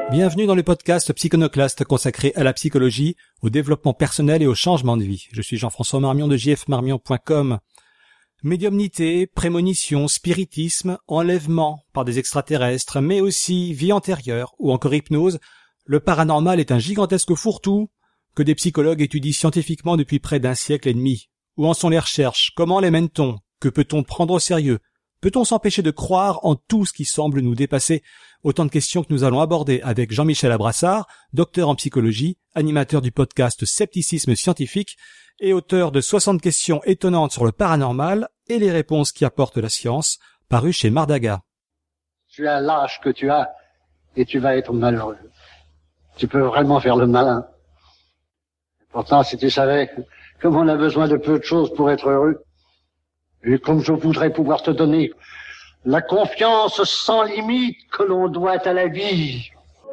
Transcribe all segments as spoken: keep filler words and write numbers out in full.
Bienvenue dans le podcast Psychonoclaste consacré à la psychologie, au développement personnel et au changement de vie. Je suis Jean-François Marmion de j f marmion point com. Médiumnité, prémonition, spiritisme, enlèvement par des extraterrestres, mais aussi vie antérieure ou encore hypnose, le paranormal est un gigantesque fourre-tout que des psychologues étudient scientifiquement depuis près d'un siècle et demi. Où en sont les recherches? Comment les mène-t-on? Que peut-on prendre au sérieux? Peut-on s'empêcher de croire en tout ce qui semble nous dépasser? Autant de questions que nous allons aborder avec Jean-Michel Abrassard, docteur en psychologie, animateur du podcast Scepticisme scientifique et auteur de soixante questions étonnantes sur le paranormal et les réponses qui apportent la science, paru chez Mardaga. Tu as l'âge que tu as et tu vas être malheureux. Tu peux vraiment faire le malin. Pourtant, si tu savais comme on a besoin de peu de choses pour être heureux, et comme je voudrais pouvoir te donner la confiance sans limite que l'on doit à la vie.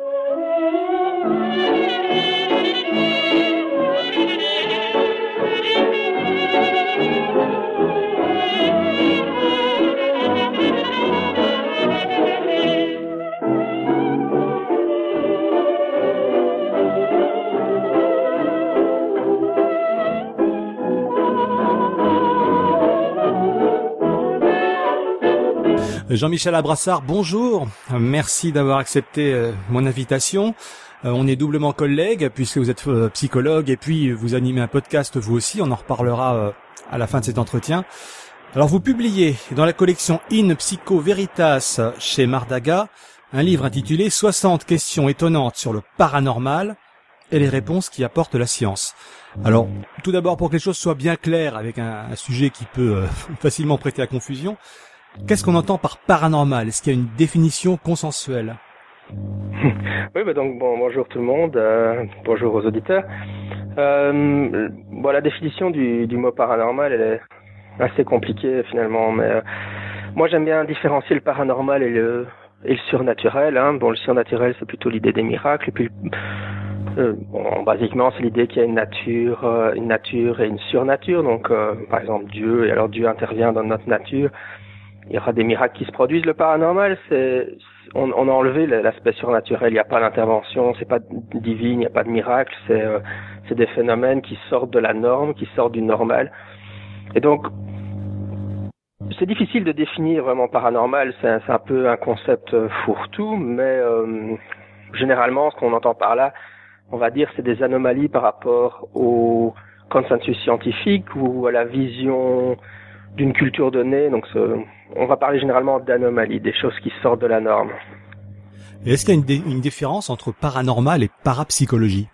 Jean-Michel Abrassard, bonjour. Merci d'avoir accepté euh, mon invitation. Euh, on est doublement collègues puisque vous êtes euh, psychologue et puis vous animez un podcast vous aussi. On en reparlera euh, à la fin de cet entretien. Alors vous publiez dans la collection In Psycho Veritas chez Mardaga un livre intitulé soixante questions étonnantes sur le paranormal et les réponses qui apportent la science. Alors, tout d'abord, pour que les choses soient bien claires avec un, un sujet qui peut euh, facilement prêter à confusion, qu'est-ce qu'on entend par paranormal? Est-ce qu'il y a une définition consensuelle? Oui, bah donc bon, bonjour tout le monde, euh, bonjour aux auditeurs. Euh, bon, la définition du, du mot paranormal, elle est assez compliquée finalement, mais euh, moi j'aime bien différencier le paranormal et le, et le surnaturel. Hein. Bon, le surnaturel, c'est plutôt l'idée des miracles, et puis euh, bon, basiquement, c'est l'idée qu'il y a une nature, euh, une nature et une surnature. Donc, euh, par exemple, Dieu, et alors Dieu intervient dans notre nature. Il y aura des miracles qui se produisent. Le paranormal, c'est, on, on a enlevé l'aspect surnaturel. Il n'y a pas d'intervention, c'est pas divin, il n'y a pas de miracle. C'est, euh, c'est des phénomènes qui sortent de la norme, qui sortent du normal. Et donc, c'est difficile de définir vraiment paranormal. C'est un, c'est un peu un concept fourre-tout, mais euh, généralement, ce qu'on entend par là, on va dire, c'est des anomalies par rapport au consensus scientifique ou à la vision d'une culture donnée. Donc, ce, on va parler généralement d'anomalies, des choses qui sortent de la norme. Et est-ce qu'il y a une, dé- une différence entre paranormal et parapsychologie?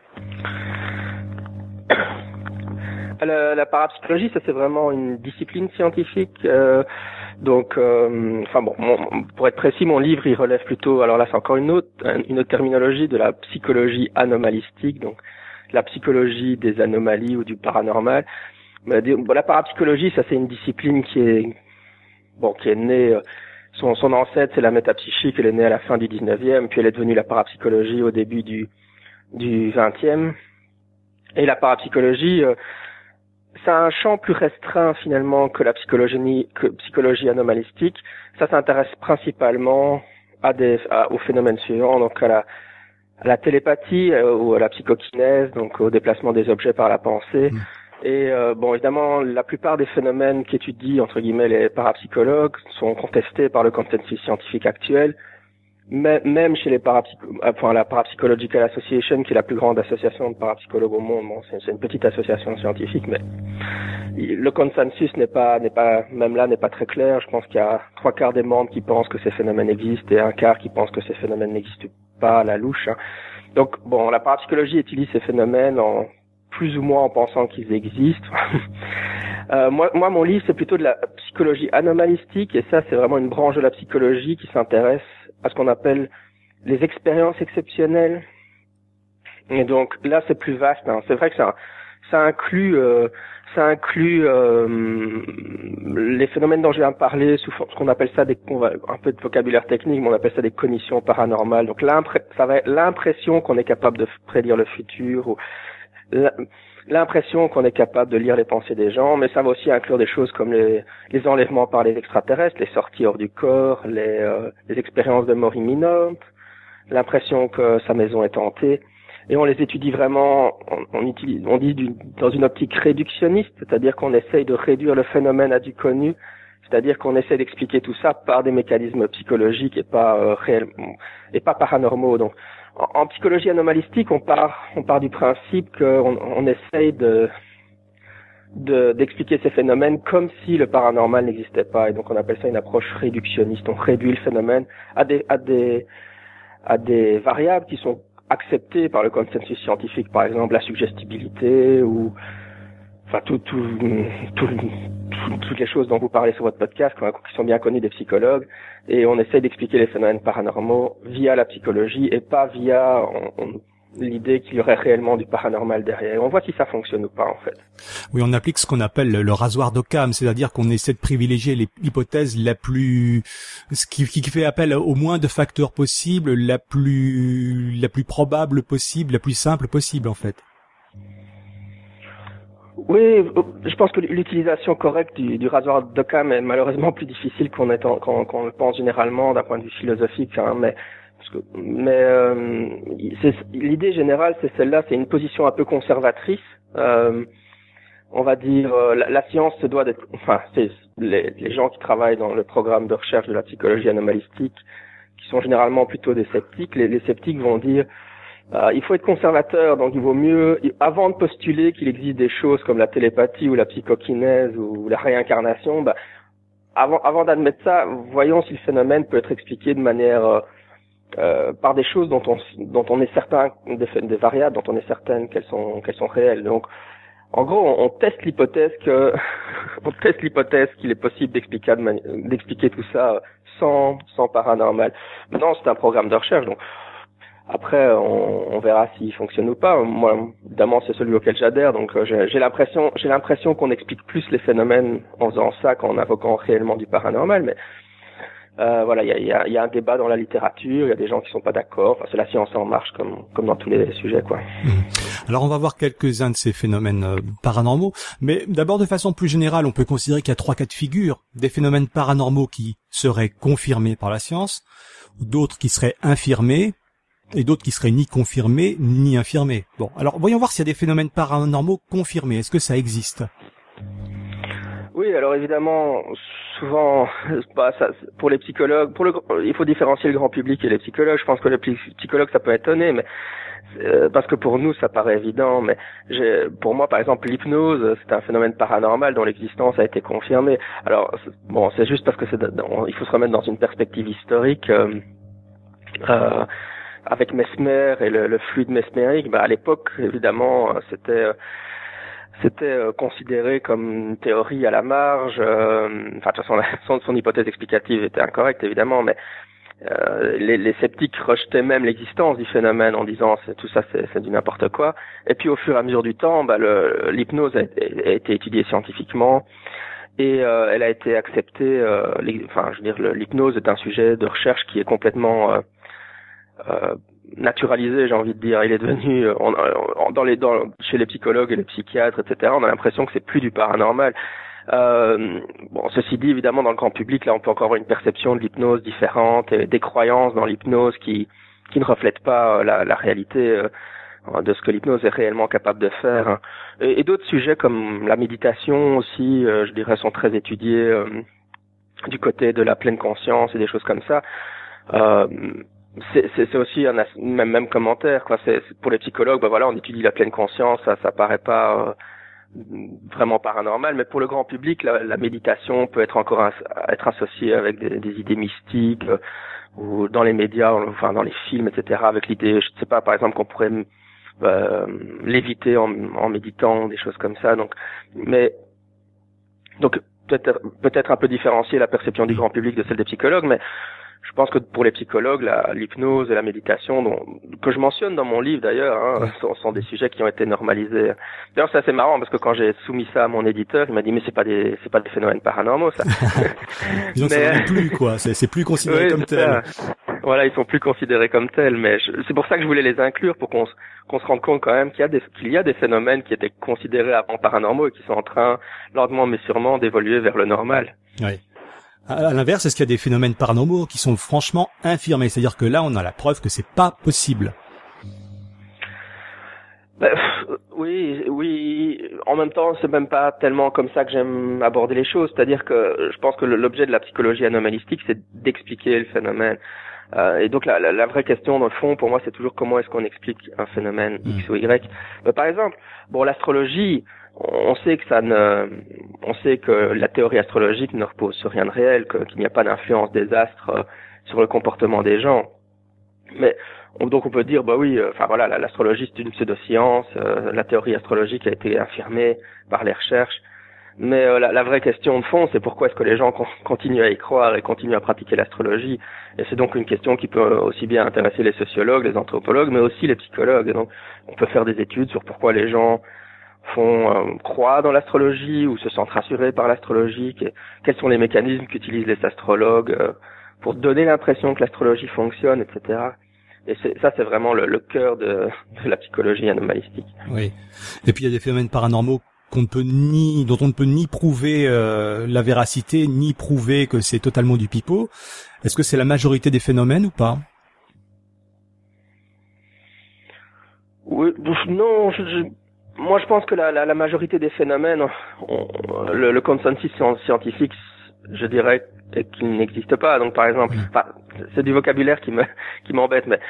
La, la parapsychologie, ça c'est vraiment une discipline scientifique. Euh, donc, euh, enfin bon, mon, pour être précis, mon livre il relève plutôt. Alors là, c'est encore une autre, une autre terminologie de la psychologie anomalistique, donc la psychologie des anomalies ou du paranormal. Mais bon, la parapsychologie, ça c'est une discipline qui est bon, qui est née. Son, son ancêtre, c'est la métapsychique. Elle est née à la fin du dix-neuvième, puis elle est devenue la parapsychologie au début du du vingtième. Et la parapsychologie, euh, ça a un champ plus restreint finalement que la psychologie, que psychologie anomalistique. Ça s'intéresse principalement à des, à, aux phénomènes suivants, donc à la, à la télépathie euh, ou à la psychokinèse, donc au déplacement des objets par la pensée. Mmh. Et euh, bon, évidemment, la plupart des phénomènes qu'étudient entre guillemets les parapsychologues sont contestés par le consensus scientifique actuel. Mais, même chez les parapsychologues, enfin la Parapsychological Association, qui est la plus grande association de parapsychologues au monde, bon, c'est, c'est une petite association scientifique, mais le consensus n'est pas, n'est pas, même là, n'est pas très clair. Je pense qu'il y a trois quarts des membres qui pensent que ces phénomènes existent et un quart qui pensent que ces phénomènes n'existent pas à la louche. Hein. Donc, bon, la parapsychologie utilise ces phénomènes en plus ou moins en pensant qu'ils existent. euh, moi, moi, mon livre, c'est plutôt de la psychologie anomalistique, et ça, c'est vraiment une branche de la psychologie qui s'intéresse à ce qu'on appelle les expériences exceptionnelles. Et donc là, c'est plus vaste. Hein. C'est vrai que ça, ça inclut, euh, ça inclut euh, les phénomènes dont je viens de parler, sous ce qu'on appelle ça des, on va, un peu de vocabulaire technique, mais on appelle ça des cognitions paranormales. Donc ça va être l'impression qu'on est capable de prédire le futur, ou l'impression qu'on est capable de lire les pensées des gens, mais ça va aussi inclure des choses comme les, les enlèvements par les extraterrestres, les sorties hors du corps, les, euh, les expériences de mort imminente, l'impression que sa maison est hantée. Et on les étudie vraiment, on, on, utilise, on dit du, dans une optique réductionniste, c'est-à-dire qu'on essaye de réduire le phénomène à du connu, c'est-à-dire qu'on essaie d'expliquer tout ça par des mécanismes psychologiques et pas euh, réellement et pas paranormaux. Donc, en, en psychologie anomalistique, on part, on part du principe qu'on on essaye de, de d'expliquer ces phénomènes comme si le paranormal n'existait pas. Et donc, on appelle ça une approche réductionniste. On réduit le phénomène à des à des à des variables qui sont accepté par le consensus scientifique, par exemple la suggestibilité ou enfin tout, tout, tout, tout, toutes les choses dont vous parlez sur votre podcast qui sont bien connues des psychologues, et on essaie d'expliquer les phénomènes paranormaux via la psychologie et pas via on, on, l'idée qu'il y aurait réellement du paranormal derrière. On voit si ça fonctionne ou pas, en fait. Oui, on applique ce qu'on appelle le rasoir d'Occam, c'est-à-dire qu'on essaie de privilégier l'hypothèse la plus, ce qui, qui fait appel au moins de facteurs possibles, la plus, la plus probable possible, la plus simple possible, en fait. Oui, je pense que l'utilisation correcte du, du rasoir d'Occam est malheureusement plus difficile qu'on est en, qu'on, qu'on le pense généralement d'un point de vue philosophique, hein, mais Parce que, mais euh, l'idée générale, c'est celle-là, c'est une position un peu conservatrice. Euh, on va dire, euh, la, la science se doit d'être, enfin, c'est les, les gens qui travaillent dans le programme de recherche de la psychologie anomalistique, qui sont généralement plutôt des sceptiques. Les, les sceptiques vont dire, euh, il faut être conservateur, donc il vaut mieux, avant de postuler qu'il existe des choses comme la télépathie ou la psychokinèse ou la réincarnation, bah, avant, avant d'admettre ça, voyons si le phénomène peut être expliqué de manière euh, Euh, par des choses dont on dont on est certain, des, des variables dont on est certaine qu'elles sont qu'elles sont réelles. Donc, en gros, on, on teste l'hypothèse que on teste l'hypothèse qu'il est possible d'expliquer d'expliquer tout ça sans sans paranormal. Maintenant, c'est un programme de recherche, donc après on, on verra s'il fonctionne ou pas. Moi, évidemment, c'est celui auquel j'adhère, donc j'ai, j'ai l'impression j'ai l'impression qu'on explique plus les phénomènes en faisant ça qu'en invoquant réellement du paranormal, mais Euh, voilà, il y a, y, a, y a un débat dans la littérature, il y a des gens qui sont pas d'accord. Enfin, c'est la science en marche, comme comme dans tous les sujets, quoi. Alors, on va voir quelques-uns de ces phénomènes euh, paranormaux, mais d'abord, de façon plus générale, on peut considérer qu'il y a trois cas de figure: des phénomènes paranormaux qui seraient confirmés par la science, d'autres qui seraient infirmés, et d'autres qui seraient ni confirmés ni infirmés. Bon, alors voyons voir s'il y a des phénomènes paranormaux confirmés. Est-ce que ça existe ? Oui, alors évidemment, souvent, bah, ça, pour les psychologues, pour le, il faut différencier le grand public et les psychologues. Je pense que les psychologues, ça peut étonner, mais euh, parce que pour nous, ça paraît évident. Mais j'ai, pour moi, par exemple, l'hypnose, c'est un phénomène paranormal dont l'existence a été confirmée. Alors, bon, c'est juste parce que c'est, il faut se remettre dans une perspective historique. Euh, euh, avec Mesmer et le, le fluide mesmérique, bah, à l'époque, évidemment, c'était C'était euh, considéré comme une théorie à la marge. Euh, enfin, de toute façon, son, son hypothèse explicative était incorrecte, évidemment, mais euh, les, les sceptiques rejetaient même l'existence du phénomène en disant c'est, tout ça, c'est, c'est du n'importe quoi. Et puis, au fur et à mesure du temps, bah, le, l'hypnose a, a été étudiée scientifiquement et euh, elle a été acceptée. Euh, les, enfin, je veux dire, le, l'hypnose est un sujet de recherche qui est complètement euh, euh, naturalisé, j'ai envie de dire. Il est devenu, on, on, dans les, dans, chez les psychologues et les psychiatres, et cetera, on a l'impression que c'est plus du paranormal. Euh, bon, ceci dit, évidemment, dans le grand public, là, on peut encore avoir une perception de l'hypnose différente et des croyances dans l'hypnose qui, qui ne reflètent pas la, la réalité euh, de ce que l'hypnose est réellement capable de faire. Hein. Et, et d'autres sujets comme la méditation aussi, euh, je dirais, sont très étudiés euh, du côté de la pleine conscience et des choses comme ça. Euh, C'est, c'est, c'est aussi un même, même commentaire, quoi. C'est, c'est pour les psychologues, ben voilà, on étudie la pleine conscience, ça, ça paraît pas euh, vraiment paranormal, mais pour le grand public, la, la méditation peut être encore un, être associée avec des, des idées mystiques euh, ou dans les médias, enfin dans les films, et cetera. Avec l'idée, je ne sais pas, par exemple, qu'on pourrait euh, léviter en, en méditant, des choses comme ça. Donc, mais donc peut-être peut-être un peu différencier la perception du grand public de celle des psychologues, mais je pense que pour les psychologues, la, l'hypnose et la méditation, dont, que je mentionne dans mon livre d'ailleurs, hein, sont, sont des sujets qui ont été normalisés. D'ailleurs, c'est assez marrant parce que quand j'ai soumis ça à mon éditeur, il m'a dit mais c'est pas des, c'est pas des phénomènes paranormaux, ça. Disons mais... ça n'est plus quoi, c'est, c'est plus considéré oui, comme tel. Voilà, ils sont plus considérés comme tels, mais je, c'est pour ça que je voulais les inclure pour qu'on, qu'on se rende compte quand même qu'il y a des, qu'il y a des phénomènes qui étaient considérés avant paranormaux et qui sont en train, lentement mais sûrement, d'évoluer vers le normal. Oui. À, à l'inverse, est-ce qu'il y a des phénomènes paranormaux qui sont franchement infirmés? C'est-à-dire que là, on a la preuve que c'est pas possible. Bah, oui, oui. En même temps, c'est même pas tellement comme ça que j'aime aborder les choses. C'est-à-dire que je pense que l'objet de la psychologie anomalistique, c'est d'expliquer le phénomène. Euh, et donc la, la, la vraie question, dans le fond, pour moi, c'est toujours comment est-ce qu'on explique un phénomène X ou Y. Bah, par exemple, bon, l'astrologie, on sait que ça ne, on sait que la théorie astrologique ne repose sur rien de réel, que, qu'il n'y a pas d'influence des astres euh, sur le comportement des gens. Mais on, donc on peut dire, bah oui, enfin euh, voilà, l'astrologie c'est une pseudo-science, euh, la théorie astrologique a été affirmée par les recherches. Mais euh, la, la vraie question de fond, c'est pourquoi est-ce que les gens con- continuent à y croire et continuent à pratiquer l'astrologie. Et c'est donc une question qui peut aussi bien intéresser les sociologues, les anthropologues, mais aussi les psychologues. Et donc on peut faire des études sur pourquoi les gens font euh, croient dans l'astrologie ou se sentent rassurés par l'astrologie, et quels sont les mécanismes qu'utilisent les astrologues euh, pour donner l'impression que l'astrologie fonctionne, et cetera. Et c'est, ça, c'est vraiment le, le cœur de, de la psychologie anomalistique. Oui. Et puis il y a des phénomènes paranormaux qu'on ne peut ni, dont on ne peut ni prouver euh, la véracité, ni prouver que c'est totalement du pipeau. Est-ce que c'est la majorité des phénomènes ou pas? Oui, non, je, je, moi je pense que la, la, la majorité des phénomènes, on, le, le consensus scientifique, je dirais qu'il n'existe pas. Donc par exemple, enfin, c'est du vocabulaire qui me qui m'embête, mais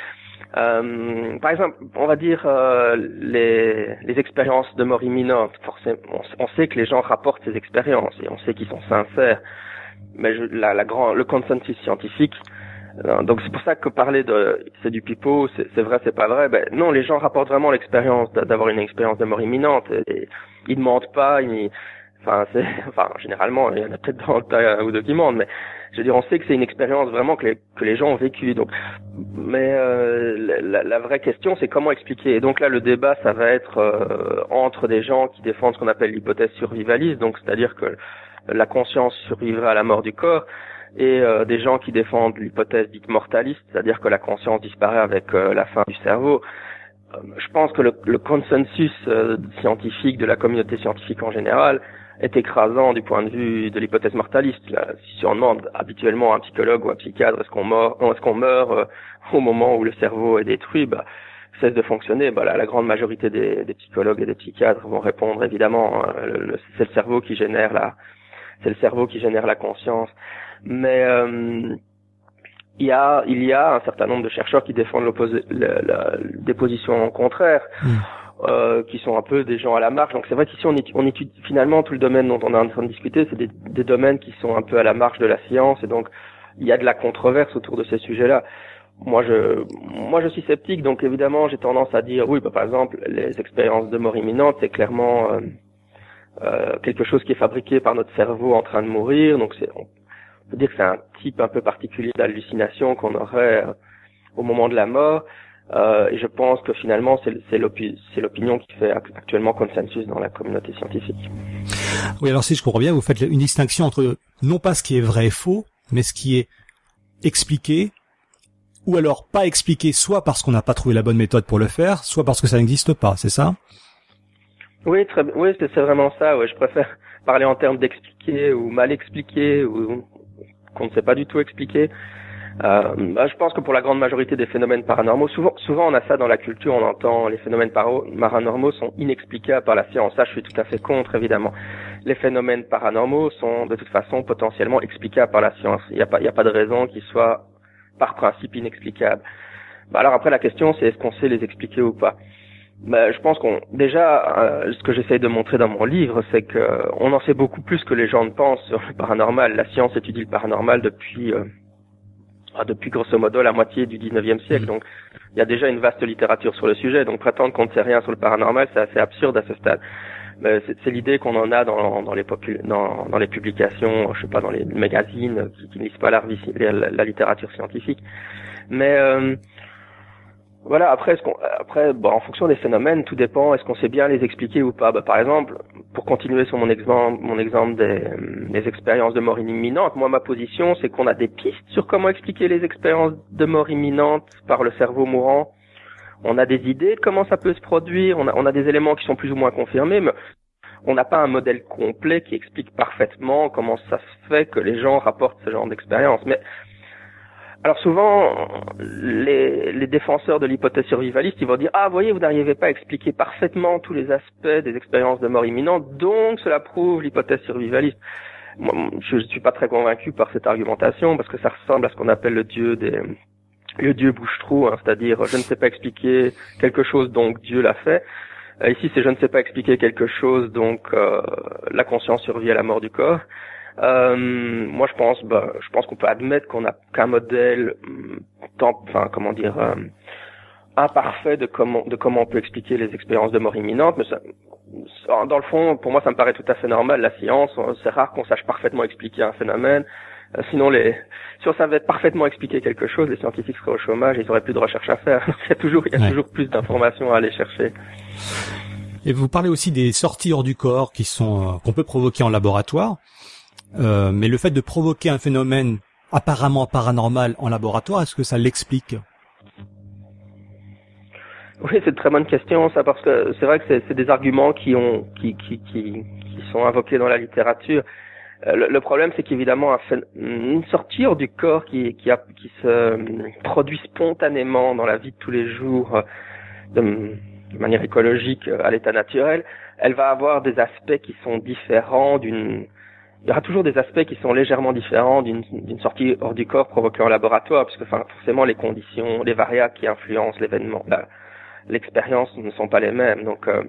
euh, par exemple, on va dire euh, les les expériences de mort imminente. Forcément, on, on sait que les gens rapportent ces expériences et on sait qu'ils sont sincères. Mais je, la, la grand, le consensus scientifique. Euh, donc c'est pour ça que parler de c'est du pipeau, c'est, c'est vrai, c'est pas vrai. Ben non, les gens rapportent vraiment l'expérience d'avoir une expérience de mort imminente. Et, et ils ne mentent pas. Ils, Enfin, c'est, enfin, généralement, il y en a peut-être dans le tas ou deux qui mentent, mais je veux dire, on sait que c'est une expérience vraiment que les, que les gens ont vécue. Donc, mais euh, la, la vraie question, c'est comment expliquer. Et donc là, le débat, ça va être euh, entre des gens qui défendent ce qu'on appelle l'hypothèse survivaliste, donc c'est-à-dire que la conscience survivrait à la mort du corps, et euh, des gens qui défendent l'hypothèse dite mortaliste, c'est-à-dire que la conscience disparaît avec euh, la fin du cerveau. Euh, je pense que le, le consensus euh, scientifique de la communauté scientifique en général est écrasant du point de vue de l'hypothèse mortaliste. Là, si on demande habituellement à un psychologue ou un psychiatre est-ce qu'on meurt, est-ce qu'on meurt euh, au moment où le cerveau est détruit, bah, cesse de fonctionner, bah, la, la grande majorité des, des psychologues et des psychiatres vont répondre évidemment, hein, le, le, c'est le cerveau qui génère la, c'est le cerveau qui génère la conscience. Mais euh, il y a, il y a un certain nombre de chercheurs qui défendent l'opposé, la, la, des positions contraires. Mmh. Euh, qui sont un peu des gens à la marge. Donc c'est vrai qu'ici on étudie, on étudie finalement tout le domaine dont on est en train de discuter, c'est des, des domaines qui sont un peu à la marge de la science, et donc il y a de la controverse autour de ces sujets-là. Moi je moi je suis sceptique, donc évidemment j'ai tendance à dire oui, bah, par exemple les expériences de mort imminente, c'est clairement euh, euh, quelque chose qui est fabriqué par notre cerveau en train de mourir, donc c'est, on peut dire que c'est un type un peu particulier d'hallucination qu'on aurait euh, au moment de la mort. Euh, et je pense que finalement c'est, c'est, l'opi- c'est l'opinion qui fait actuellement consensus dans la communauté scientifique. Oui, alors si je comprends bien, vous faites une distinction entre non pas ce qui est vrai et faux, mais ce qui est expliqué, ou alors pas expliqué, soit parce qu'on n'a pas trouvé la bonne méthode pour le faire, soit parce que ça n'existe pas, c'est ça? Oui, très, oui, c'est, c'est vraiment ça. Ouais, je préfère parler en termes d'expliquer ou mal expliqué ou qu'on ne sait pas du tout expliquer. Euh, bah, je pense que pour la grande majorité des phénomènes paranormaux, souvent, souvent on a ça dans la culture, on entend les phénomènes paro- paranormaux sont inexplicables par la science. Ça, je suis tout à fait contre, évidemment. Les phénomènes paranormaux sont de toute façon potentiellement explicables par la science. Il n'y a pas, il n'y a pas de raison qu'ils soient par principe inexplicables. Bah, alors après, la question, c'est est-ce qu'on sait les expliquer ou pas? Bah, je pense qu'on, déjà, euh, ce que j'essaye de montrer dans mon livre, c'est que euh, on en sait beaucoup plus que les gens ne pensent sur le paranormal. La science étudie le paranormal depuis euh, depuis grosso modo la moitié du dix-neuvième siècle. Donc il y a déjà une vaste littérature sur le sujet, donc prétendre qu'on ne sait rien sur le paranormal, c'est assez absurde à ce stade. Mais c'est, c'est l'idée qu'on en a dans, dans les popul- dans, dans les publications, je sais pas, dans les magazines qui, qui ne lisent pas la, la, la littérature scientifique. Mais euh, voilà, après, est-ce qu'on, après, bon, en fonction des phénomènes, tout dépend. Est-ce qu'on sait bien les expliquer ou pas? Bah, par exemple, pour continuer sur mon exemple, mon exemple des, des expériences de mort imminente, moi, ma position, c'est qu'on a des pistes sur comment expliquer les expériences de mort imminente par le cerveau mourant. On a des idées de comment ça peut se produire. On a, on a des éléments qui sont plus ou moins confirmés, mais on n'a pas un modèle complet qui explique parfaitement comment ça se fait que les gens rapportent ce genre d'expérience. Mais alors souvent, les, les défenseurs de l'hypothèse survivaliste, ils vont dire « Ah, voyez, vous n'arrivez pas à expliquer parfaitement tous les aspects des expériences de mort imminente, donc cela prouve l'hypothèse survivaliste. » Moi, je ne suis pas très convaincu par cette argumentation, parce que ça ressemble à ce qu'on appelle le dieu des... le dieu bouche-trou, hein, c'est-à-dire « Je ne sais pas expliquer quelque chose, donc Dieu l'a fait. » Ici, c'est « Je ne sais pas expliquer quelque chose, donc euh, la conscience survit à la mort du corps. » Euh, moi, je pense, bah, je pense qu'on peut admettre qu'on n'a qu'un modèle, tant, enfin, comment dire, euh, imparfait de comment, de comment on peut expliquer les expériences de mort imminente. Mais ça, dans le fond, pour moi, ça me paraît tout à fait normal. La science, c'est rare qu'on sache parfaitement expliquer un phénomène. Euh, sinon, les, si on savait parfaitement expliquer quelque chose, les scientifiques seraient au chômage, ils auraient plus de recherche à faire. il y a toujours, il y a ouais. toujours plus d'informations à aller chercher. Et vous parlez aussi des sorties hors du corps qui sont, euh, qu'on peut provoquer en laboratoire. Euh, mais le fait de provoquer un phénomène apparemment paranormal en laboratoire, est-ce que ça l'explique? Oui, c'est une très bonne question, ça, parce que c'est vrai que c'est, c'est des arguments qui ont, qui, qui, qui, qui sont invoqués dans la littérature. Euh, le, le problème, c'est qu'évidemment, un phén- une sortie hors du corps qui, qui, a, qui se euh, produit spontanément dans la vie de tous les jours, euh, de, de manière écologique, euh, à l'état naturel, elle va avoir des aspects qui sont différents d'une Il y aura toujours des aspects qui sont légèrement différents d'une, d'une sortie hors du corps provoquée en laboratoire, puisque enfin, forcément les conditions, les variables qui influencent l'événement, la, l'expérience ne sont pas les mêmes. Donc, euh,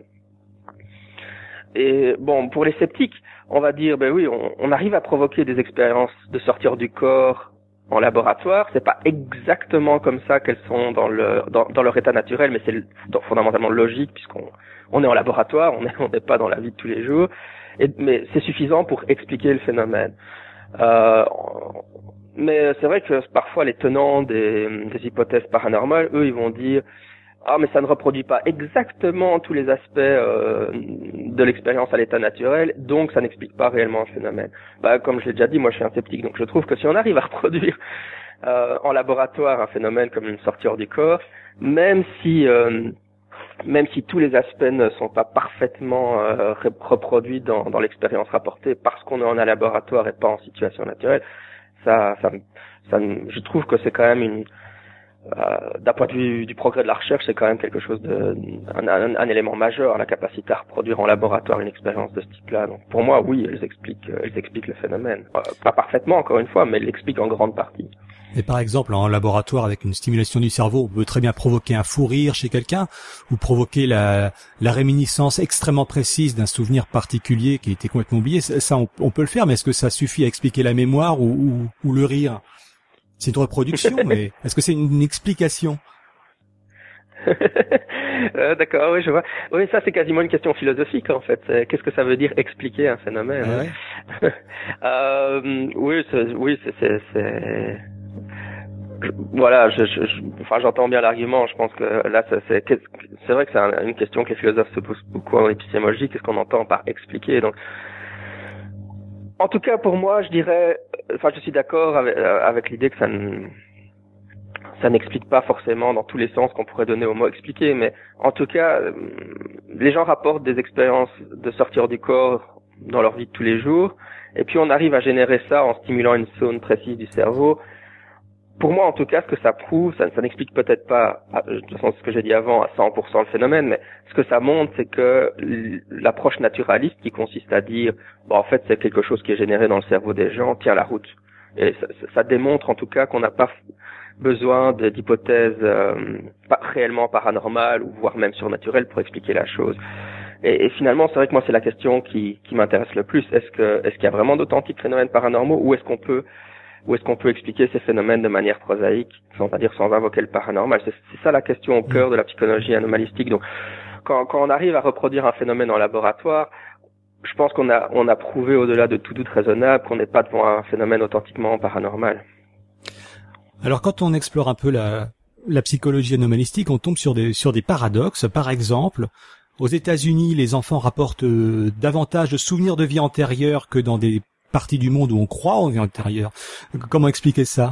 et bon, pour les sceptiques, on va dire, ben oui, on, on arrive à provoquer des expériences de sortie hors du corps en laboratoire. C'est pas exactement comme ça qu'elles sont dans le dans, dans leur état naturel, mais c'est fondamentalement logique puisqu'on on est en laboratoire, on n'est on n'est pas dans la vie de tous les jours. Et, mais c'est suffisant pour expliquer le phénomène. Euh, mais c'est vrai que parfois les tenants des, des hypothèses paranormales, eux, ils vont dire « Ah, mais ça ne reproduit pas exactement tous les aspects euh, de l'expérience à l'état naturel, donc ça n'explique pas réellement un phénomène. » Bah, comme je l'ai déjà dit, moi je suis un sceptique, donc je trouve que si on arrive à reproduire euh, en laboratoire un phénomène comme une sortie hors du corps, même si... Euh, même si tous les aspects ne sont pas parfaitement euh, reproduits dans, dans l'expérience rapportée parce qu'on est en un laboratoire et pas en situation naturelle, ça, ça, ça je trouve que c'est quand même une, euh, d'un point de vue du progrès de la recherche, c'est quand même quelque chose de, un, un, un élément majeur, la capacité à reproduire en laboratoire une expérience de ce type-là. Donc pour moi, oui, elles expliquent, elles expliquent le phénomène, euh, pas parfaitement encore une fois, mais elles l'expliquent en grande partie. Et par exemple, en laboratoire, avec une stimulation du cerveau, on peut très bien provoquer un fou rire chez quelqu'un ou provoquer la, la réminiscence extrêmement précise d'un souvenir particulier qui était complètement oublié. Ça, on, on peut le faire, mais est-ce que ça suffit à expliquer la mémoire ou, ou, ou le rire? C'est une reproduction, mais est-ce que c'est une, une explication? euh, D'accord, oui, je vois. Oui, ça c'est quasiment une question philosophique en fait. Qu'est-ce que ça veut dire expliquer un phénomène? Ah ouais. euh, Oui, c'est, oui, c'est... c'est, c'est... Je, voilà, je, je, je, enfin, j'entends bien l'argument. Je pense que là, c'est, c'est, c'est vrai que c'est un, une question que les philosophes se posent beaucoup en épistémologie. Qu'est-ce qu'on entend par expliquer? Donc, en tout cas, pour moi, je dirais, enfin, je suis d'accord avec, avec l'idée que ça ne, ça n'explique pas forcément dans tous les sens qu'on pourrait donner au mot expliquer, mais en tout cas, les gens rapportent des expériences de sortir du corps dans leur vie de tous les jours, et puis on arrive à générer ça en stimulant une zone précise du cerveau. Pour moi, en tout cas, ce que ça prouve, ça, ça n'explique peut-être pas, de toute façon, ce que j'ai dit avant, à cent pour cent le phénomène, mais ce que ça montre, c'est que l'approche naturaliste qui consiste à dire, bon, en fait, c'est quelque chose qui est généré dans le cerveau des gens, tient la route. Et ça, ça démontre, en tout cas, qu'on n'a pas besoin de, d'hypothèses euh, pas réellement paranormales ou voire même surnaturelles pour expliquer la chose. Et, et finalement, c'est vrai que moi, c'est la question qui, qui m'intéresse le plus. Est-ce que, est-ce qu'il y a vraiment d'authentiques phénomènes paranormaux, ou est-ce qu'on peut Ou est-ce qu'on peut expliquer ces phénomènes de manière prosaïque, c'est-à-dire sans invoquer le paranormal? C'est, c'est ça la question au cœur de la psychologie anomalistique. Donc, quand, quand on arrive à reproduire un phénomène en laboratoire, je pense qu'on a, on a prouvé au-delà de tout doute raisonnable qu'on n'est pas devant un phénomène authentiquement paranormal. Alors, quand on explore un peu la, la psychologie anomalistique, on tombe sur des, sur des paradoxes. Par exemple, aux États-Unis, les enfants rapportent euh, davantage de souvenirs de vie antérieure que dans des partie du monde où on croit en vie antérieure. Comment expliquer ça?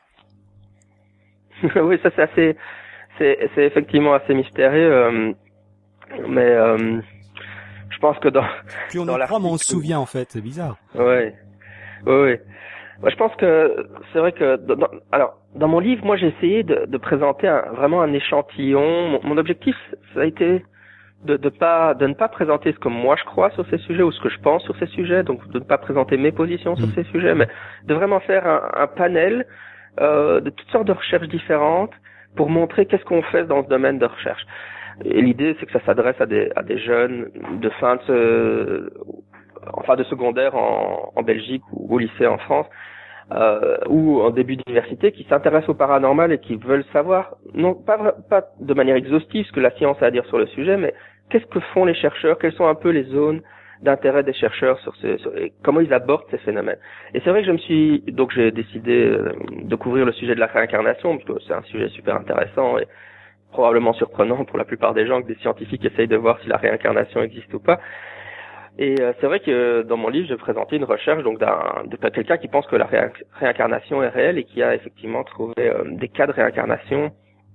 Oui, ça c'est assez, c'est, c'est effectivement assez mystérieux, euh, mais euh, je pense que dans Plus on dans en croit, mais on se l'article- souvient en fait, c'est bizarre. Ouais, ouais, ouais. Moi, je pense que c'est vrai que dans, dans- alors dans mon livre, moi, j'ai essayé de, de présenter un, vraiment un échantillon. Mon, mon objectif, ça a été de, de pas de ne pas présenter ce que moi je crois sur ces sujets ou ce que je pense sur ces sujets, donc de ne pas présenter mes positions sur Mm. ces sujets, mais de vraiment faire un, un panel euh, de toutes sortes de recherches différentes pour montrer qu'est-ce qu'on fait dans ce domaine de recherche. Et l'idée, c'est que ça s'adresse à des à des jeunes de fin de ce, enfin de secondaire en, en Belgique ou au lycée en France, euh, ou en début d'université, qui s'intéressent au paranormal et qui veulent savoir, non pas vra- pas de manière exhaustive ce que la science a à dire sur le sujet, mais qu'est-ce que font les chercheurs, quelles sont un peu les zones d'intérêt des chercheurs sur ces, sur, et comment ils abordent ces phénomènes. Et c'est vrai que je me suis, donc j'ai décidé euh, de couvrir le sujet de la réincarnation, parce que c'est un sujet super intéressant et probablement surprenant pour la plupart des gens que des scientifiques essayent de voir si la réincarnation existe ou pas. Et euh, c'est vrai que dans mon livre, j'ai présenté une recherche donc d'un de quelqu'un qui pense que la réin- réincarnation est réelle et qui a effectivement trouvé euh, des cas de réincarnation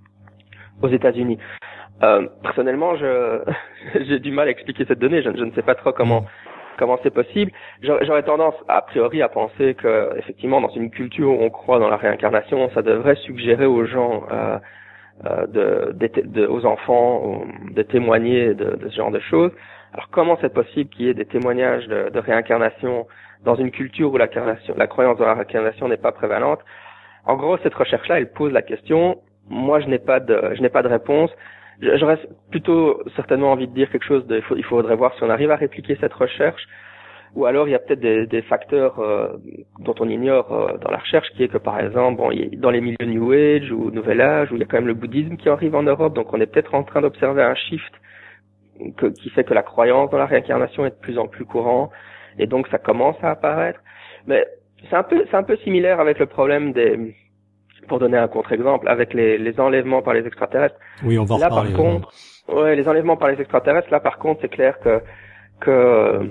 aux États-Unis. Euh, personnellement, je j'ai du mal à expliquer cette donnée. Je, je ne sais pas trop comment comment c'est possible. J'aurais j'aurais tendance, a priori, à penser que effectivement, dans une culture où on croit dans la réincarnation, ça devrait suggérer aux gens, euh, euh, de, de, de aux enfants, de témoigner de, de ce genre de choses. Alors comment c'est possible qu'il y ait des témoignages de, de réincarnation dans une culture où la, la croyance dans la réincarnation n'est pas prévalente? En gros, cette recherche-là, elle pose la question. Moi, je n'ai pas de, je n'ai pas de réponse. J'aurais plutôt certainement envie de dire quelque chose de, il, faut, il faudrait voir si on arrive à répliquer cette recherche, ou alors il y a peut-être des, des facteurs euh, dont on ignore euh, dans la recherche, qui est que par exemple, bon, il y a, dans les milieux New Age ou Nouvel Âge, où il y a quand même le bouddhisme qui arrive en Europe, donc on est peut-être en train d'observer un shift que, qui fait que la croyance dans la réincarnation est de plus en plus courant, et donc ça commence à apparaître. Mais c'est un peu, c'est un peu similaire avec le problème des, pour donner un contre-exemple, avec les, les enlèvements par les extraterrestres. Oui, on va en Là, reparler. par contre, ouais, les enlèvements par les extraterrestres, là, par contre, c'est clair que, que, euh,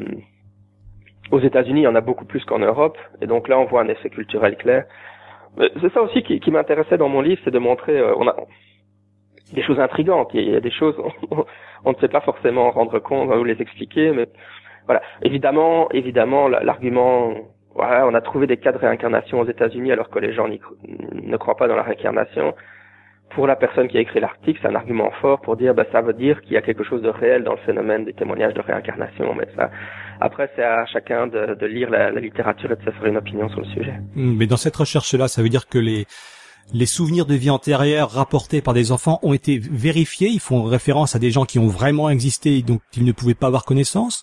aux États-Unis, il y en a beaucoup plus qu'en Europe, et donc là, on voit un effet culturel clair. Mais c'est ça aussi qui, qui m'intéressait dans mon livre, c'est de montrer, euh, on a des choses intrigantes, il y a des choses, on, on ne sait pas forcément rendre compte ou les expliquer, mais voilà. Évidemment, évidemment, l'argument, voilà, on a trouvé des cas de réincarnation aux États-Unis alors que les gens n'y, ne croient pas dans la réincarnation. Pour la personne qui a écrit l'article, c'est un argument fort pour dire, bah, ça veut dire qu'il y a quelque chose de réel dans le phénomène des témoignages de réincarnation. Mais ça, après, c'est à chacun de, de lire la, la littérature et de se faire une opinion sur le sujet. Mais dans cette recherche-là, ça veut dire que les les souvenirs de vie antérieure rapportés par des enfants ont été vérifiés. Ils font référence à des gens qui ont vraiment existé, donc ils ne pouvaient pas avoir connaissance.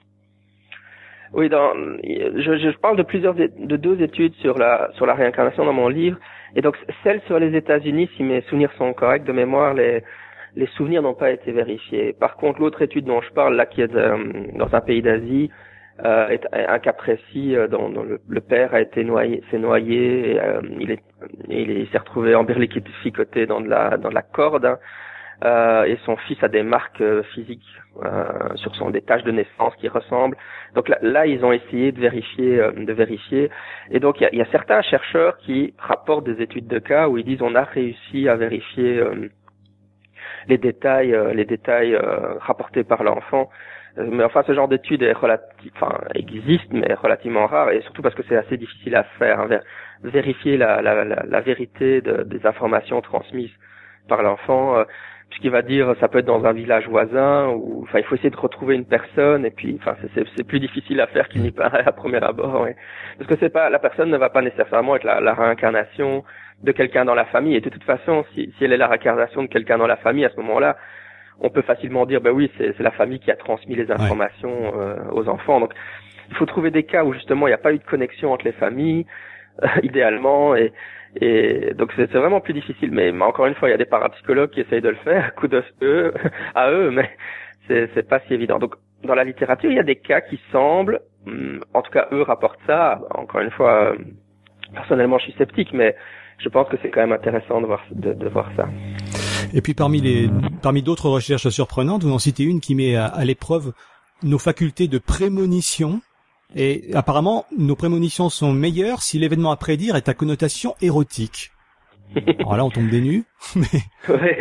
Oui, dans, je, je parle de plusieurs, de deux études sur la sur la réincarnation dans mon livre, et donc celle sur les États-Unis, si mes souvenirs sont corrects de mémoire, les les souvenirs n'ont pas été vérifiés. Par contre, l'autre étude dont je parle là, qui est de, dans un pays d'Asie, euh, est un cas précis euh, dont, dont le, le père a été noyé, s'est noyé, et, euh, il est il, est, il s'est retrouvé emberlificoté dans de la dans de la corde. Hein. Euh, et son fils a des marques euh, physiques euh, sur son des taches de naissance qui ressemblent. Donc là, là ils ont essayé de vérifier, euh, de vérifier. Et donc il y a, y a certains chercheurs qui rapportent des études de cas où ils disent on a réussi à vérifier euh, les détails, euh, les détails euh, rapportés par l'enfant. Euh, mais enfin, ce genre d'étude est relative, enfin existe, mais relativement rare, et surtout parce que c'est assez difficile à faire. Hein, vérifier la, la, la, la vérité de, des informations transmises par l'enfant. Euh, puisqu'il va dire ça peut être dans un village voisin, ou enfin il faut essayer de retrouver une personne, et puis enfin c'est, c'est, c'est plus difficile à faire qu'il n'y paraît à premier abord, ouais. Parce que c'est pas, la personne ne va pas nécessairement être la, la réincarnation de quelqu'un dans la famille, et de toute façon si, si elle est la réincarnation de quelqu'un dans la famille, à ce moment-là on peut facilement dire ben oui c'est, c'est la famille qui a transmis les informations euh, aux enfants. Donc il faut trouver des cas où justement il n'y a pas eu de connexion entre les familles, euh, idéalement, et Et donc c'est, c'est vraiment plus difficile, mais, mais encore une fois, il y a des parapsychologues qui essayent de le faire, coup de eux, à eux, mais c'est, c'est pas si évident. Donc dans la littérature, il y a des cas qui semblent, en tout cas eux rapportent ça. Encore une fois, personnellement, je suis sceptique, mais je pense que c'est quand même intéressant de voir de, de voir ça. Et puis parmi les parmi d'autres recherches surprenantes, vous en citez une qui met à, à l'épreuve nos facultés de prémonition. Et apparemment, nos prémonitions sont meilleures si l'événement à prédire est à connotation érotique. Alors là, on tombe des nues. Mais... Ouais.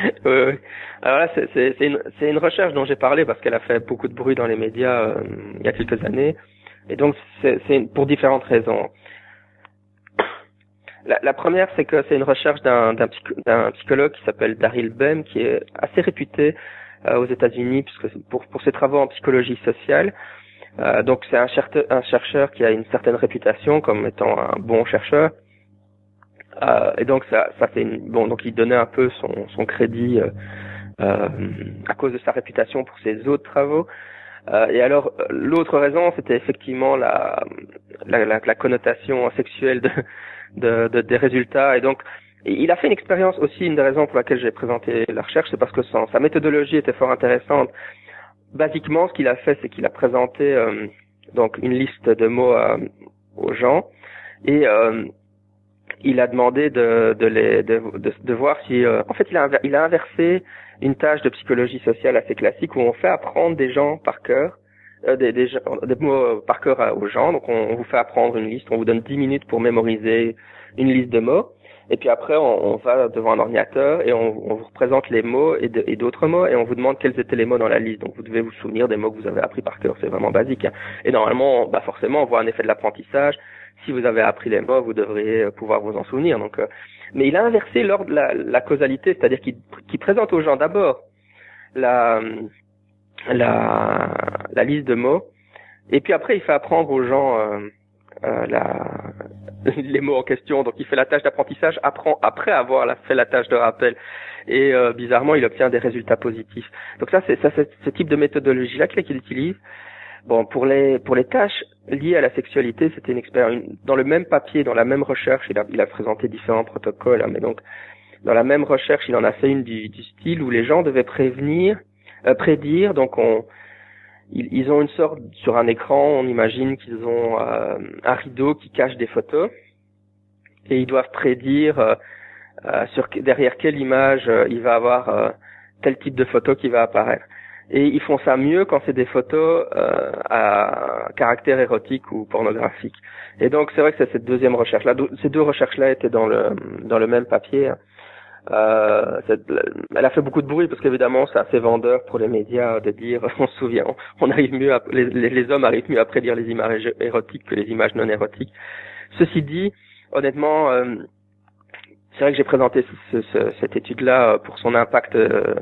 oui, oui. Alors là, c'est, c'est, c'est, une, c'est une recherche dont j'ai parlé parce qu'elle a fait beaucoup de bruit dans les médias euh, il y a quelques années. Et donc, c'est, c'est pour différentes raisons. La, la première, c'est que c'est une recherche d'un, d'un, psycho, d'un psychologue qui s'appelle Daryl Bem, qui est assez réputé euh, aux États-Unis puisque pour, pour ses travaux en psychologie sociale. Euh, donc, c'est un chercheur, un chercheur qui a une certaine réputation comme étant un bon chercheur. Euh, et donc, ça, ça fait une, bon, donc il donnait un peu son, son crédit euh, euh, à cause de sa réputation pour ses autres travaux. Euh, et alors, l'autre raison, c'était effectivement la, la, la, la connotation sexuelle de, de, de, des résultats. Et donc, il a fait une expérience aussi, une des raisons pour laquelle j'ai présenté la recherche, c'est parce que son, sa méthodologie était fort intéressante. Basiquement, ce qu'il a fait, c'est qu'il a présenté euh, donc une liste de mots euh, aux gens et euh, il a demandé de, de, les, de, de, de voir si... Euh, en fait, il a, il a inversé une tâche de psychologie sociale assez classique où on fait apprendre des gens par cœur, euh, des, des, des mots par cœur aux gens. Donc, on, on vous fait apprendre une liste, on vous donne dix minutes pour mémoriser une liste de mots. Et puis après, on, on va devant un ordinateur et on, on vous représente les mots et, de, et d'autres mots et on vous demande quels étaient les mots dans la liste. Donc, vous devez vous souvenir des mots que vous avez appris par cœur. C'est vraiment basique. Hein. Et normalement, bah forcément, on voit un effet de l'apprentissage. Si vous avez appris les mots, vous devriez pouvoir vous en souvenir. Donc, euh, mais il a inversé l'ordre de la, la causalité, c'est-à-dire qu'il, qu'il présente aux gens d'abord la, la, la liste de mots, et puis après il fait apprendre aux gens euh, euh, la, les mots en question. Donc il fait la tâche d'apprentissage, apprend après avoir la, fait la tâche de rappel, et euh, bizarrement il obtient des résultats positifs. Donc ça, c'est, ça, c'est ce type de méthodologie-là qu'il utilise. Bon, pour les pour les tâches liées à la sexualité, c'était une expérience. Dans le même papier, dans la même recherche, il a il a présenté différents protocoles. Hein, mais donc, dans la même recherche, il en a fait une du, du style où les gens devaient prévenir, euh, prédire. Donc, on ils, ils ont une sorte sur un écran. On imagine qu'ils ont euh, un rideau qui cache des photos et ils doivent prédire euh, euh, sur derrière quelle image euh, il va avoir euh, tel type de photo qui va apparaître. Et ils font ça mieux quand c'est des photos euh, à caractère érotique ou pornographique. Et donc c'est vrai que c'est cette deuxième recherche-là. Ces deux recherches-là étaient dans le dans le même papier. Euh, cette, elle a fait beaucoup de bruit parce qu'évidemment c'est assez vendeur pour les médias de dire on se souvient, on, on arrive mieux à, les, les hommes arrivent mieux à prédire les images érotiques que les images non érotiques. Ceci dit, honnêtement, euh, c'est vrai que j'ai présenté ce, ce, cette étude-là pour son impact euh,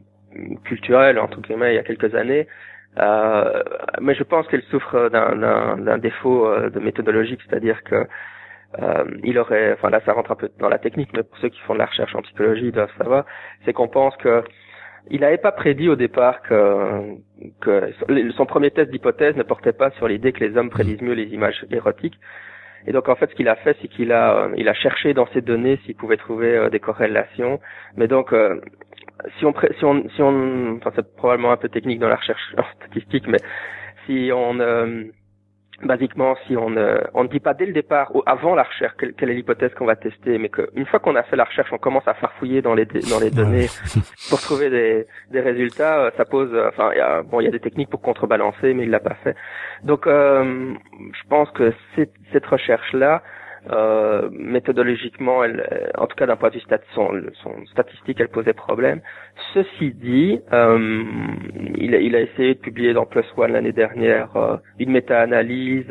culturel, en tout cas il y a quelques années, euh, mais je pense qu'elle souffre d'un, d'un, d'un défaut euh, de méthodologique, c'est-à-dire que euh, il aurait, enfin là ça rentre un peu dans la technique, mais pour ceux qui font de la recherche en psychologie ils doivent savoir, c'est qu'on pense que il n'avait pas prédit au départ que, que son premier test d'hypothèse ne portait pas sur l'idée que les hommes prédisent mieux les images érotiques. Et donc en fait ce qu'il a fait, c'est qu'il a il a cherché dans ces données s'il pouvait trouver euh, des corrélations, mais donc euh, si on si on si on enfin c'est probablement un peu technique dans la recherche statistique, mais si on euh, basiquement si on euh, on ne dit pas dès le départ ou avant la recherche quelle, quelle est l'hypothèse qu'on va tester, mais qu'une fois qu'on a fait la recherche, on commence à farfouiller dans les dans les données pour trouver des des résultats, ça pose enfin il y a bon il y a des techniques pour contrebalancer, mais il l'a pas fait. Donc euh, je pense que cette cette recherche là Euh, méthodologiquement, elle, en tout cas d'un point de vue stat, son, son statistique, elle posait problème. Ceci dit, euh, il, a, il a essayé de publier dans PLOS ONE l'année dernière euh, une méta-analyse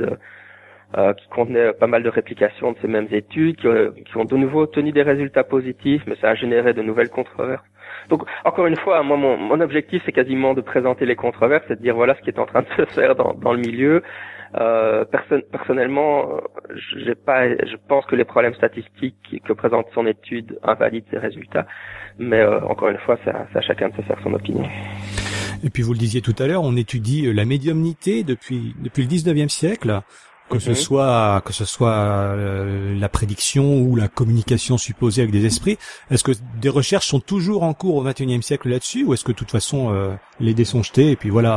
euh, qui contenait pas mal de réplications de ces mêmes études, qui, euh, qui ont de nouveau obtenu des résultats positifs, mais ça a généré de nouvelles controverses. Donc, encore une fois, moi, mon, mon objectif, c'est quasiment de présenter les controverses et de dire voilà ce qui est en train de se faire dans, dans le milieu. Euh, perso- personnellement, j'ai pas, je pense que les problèmes statistiques que présente son étude invalident ses résultats, mais euh, encore une fois, c'est à, c'est à chacun de se faire son opinion. Et puis vous le disiez tout à l'heure, on étudie la médiumnité depuis depuis le dix-neuvième siècle, que mm-hmm. ce soit que ce soit euh, la prédiction ou la communication supposée avec des esprits. Est-ce que des recherches sont toujours en cours au vingt et unième siècle là-dessus, ou est-ce que de toute façon euh, les dés sont jetés et puis voilà?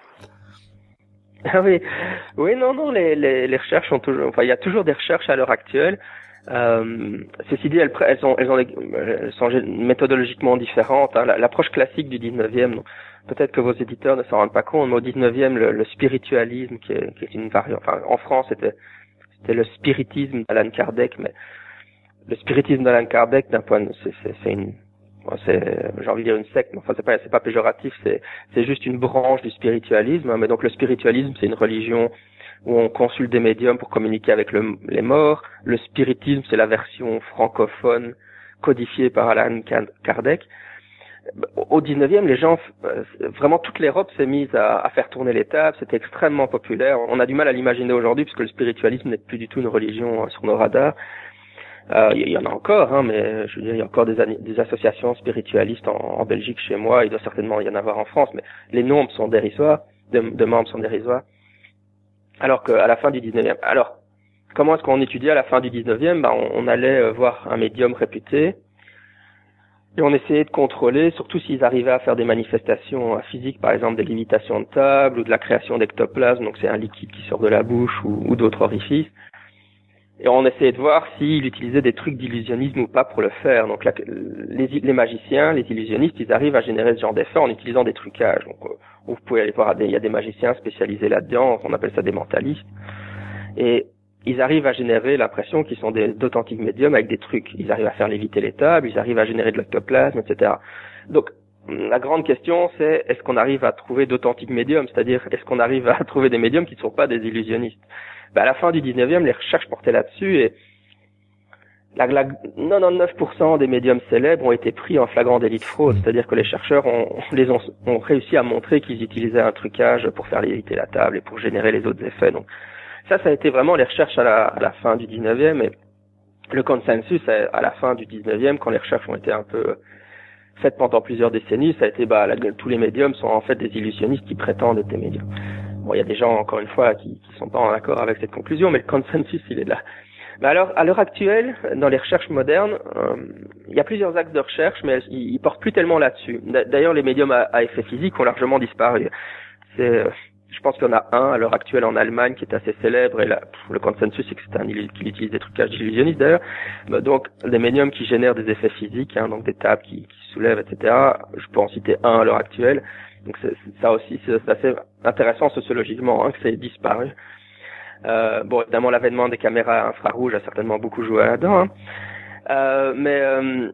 Ah oui, oui, non, non, les, les, les recherches sont toujours, enfin, il y a toujours des recherches à l'heure actuelle. Euh, ceci dit, elles, elles sont, elles ont, elles sont méthodologiquement différentes. Hein. L'approche classique du dix-neuvième, peut-être que vos éditeurs ne s'en rendent pas compte, mais au dix-neuvième, le, le spiritualisme, qui est, qui est une variante, enfin, en France, c'était, c'était le spiritisme d'Alan Kardec, mais le spiritisme d'Alan Kardec, d'un point de, c'est, c'est, c'est une, c'est, j'ai envie de dire une secte, mais enfin c'est pas, c'est pas péjoratif, c'est, c'est juste une branche du spiritualisme. Mais donc le spiritualisme, c'est une religion où on consulte des médiums pour communiquer avec le, les morts. Le spiritisme, c'est la version francophone codifiée par Allan Kardec. Au dix-neuvième, les gens, vraiment toute l'Europe s'est mise à, à faire tourner les tables, c'était extrêmement populaire. On a du mal à l'imaginer aujourd'hui puisque le spiritualisme n'est plus du tout une religion sur nos radars. Euh, il y en a encore, hein, mais je veux dire, il y a encore des, des associations spiritualistes en, en Belgique chez moi, il doit certainement y en avoir en France, mais les nombres sont dérisoires, de, de membres sont dérisoires. Alors qu'à la fin du dix-neuvième, alors, comment est-ce qu'on étudiait à la fin du dix-neuvième? Ben, on, on allait voir un médium réputé, et on essayait de contrôler, surtout s'ils arrivaient à faire des manifestations physiques, par exemple des lévitations de table ou de la création d'ectoplasme, donc c'est un liquide qui sort de la bouche ou, ou d'autres orifices. Et on essayait de voir s'il utilisait des trucs d'illusionnisme ou pas pour le faire. Donc la, les, les magiciens, les illusionnistes, ils arrivent à générer ce genre d'effet en utilisant des trucages. Donc euh, vous pouvez aller voir, il y a des magiciens spécialisés là-dedans, on appelle ça des mentalistes. Et ils arrivent à générer l'impression qu'ils sont des, d'authentiques médiums avec des trucs. Ils arrivent à faire léviter les tables, ils arrivent à générer de l'ectoplasme, et cetera. Donc la grande question, c'est est-ce qu'on arrive à trouver d'authentiques médiums, c'est-à-dire est-ce qu'on arrive à trouver des médiums qui ne sont pas des illusionnistes? Ben, à la fin du dix-neuvième, les recherches portaient là-dessus et la, la, quatre-vingt-dix-neuf pour cent des médiums célèbres ont été pris en flagrant délit de fraude, c'est-à-dire que les chercheurs ont, les ont, ont réussi à montrer qu'ils utilisaient un trucage pour faire léviter la table et pour générer les autres effets. Donc ça, ça a été vraiment les recherches à la, à la fin du dix-neuvième et le consensus à la fin du dix-neuvième, quand les recherches ont été un peu faites pendant plusieurs décennies, ça a été bah la, tous les médiums sont en fait des illusionnistes qui prétendent être des médiums. Bon, il y a des gens, encore une fois, qui, qui sont pas en accord avec cette conclusion, mais le consensus, il est là. Mais alors, à l'heure actuelle, dans les recherches modernes, euh, il y a plusieurs axes de recherche, mais ils, ils portent plus tellement là-dessus. D'ailleurs, les médiums à, à effet physique ont largement disparu. C'est, je pense qu'il y en a un à l'heure actuelle en Allemagne qui est assez célèbre, et là, pff, le consensus, c'est que c'est un, qu'il utilise des trucages d'illusionnistes d'ailleurs. Donc, des médiums qui génèrent des effets physiques, hein, donc des tables qui, qui soulèvent, et cetera. Je peux en citer un à l'heure actuelle. Donc c'est, ça aussi, c'est assez intéressant sociologiquement hein, que c'est disparu. Euh, bon, évidemment, l'avènement des caméras infrarouges a certainement beaucoup joué là-dedans. Hein. Euh, mais euh,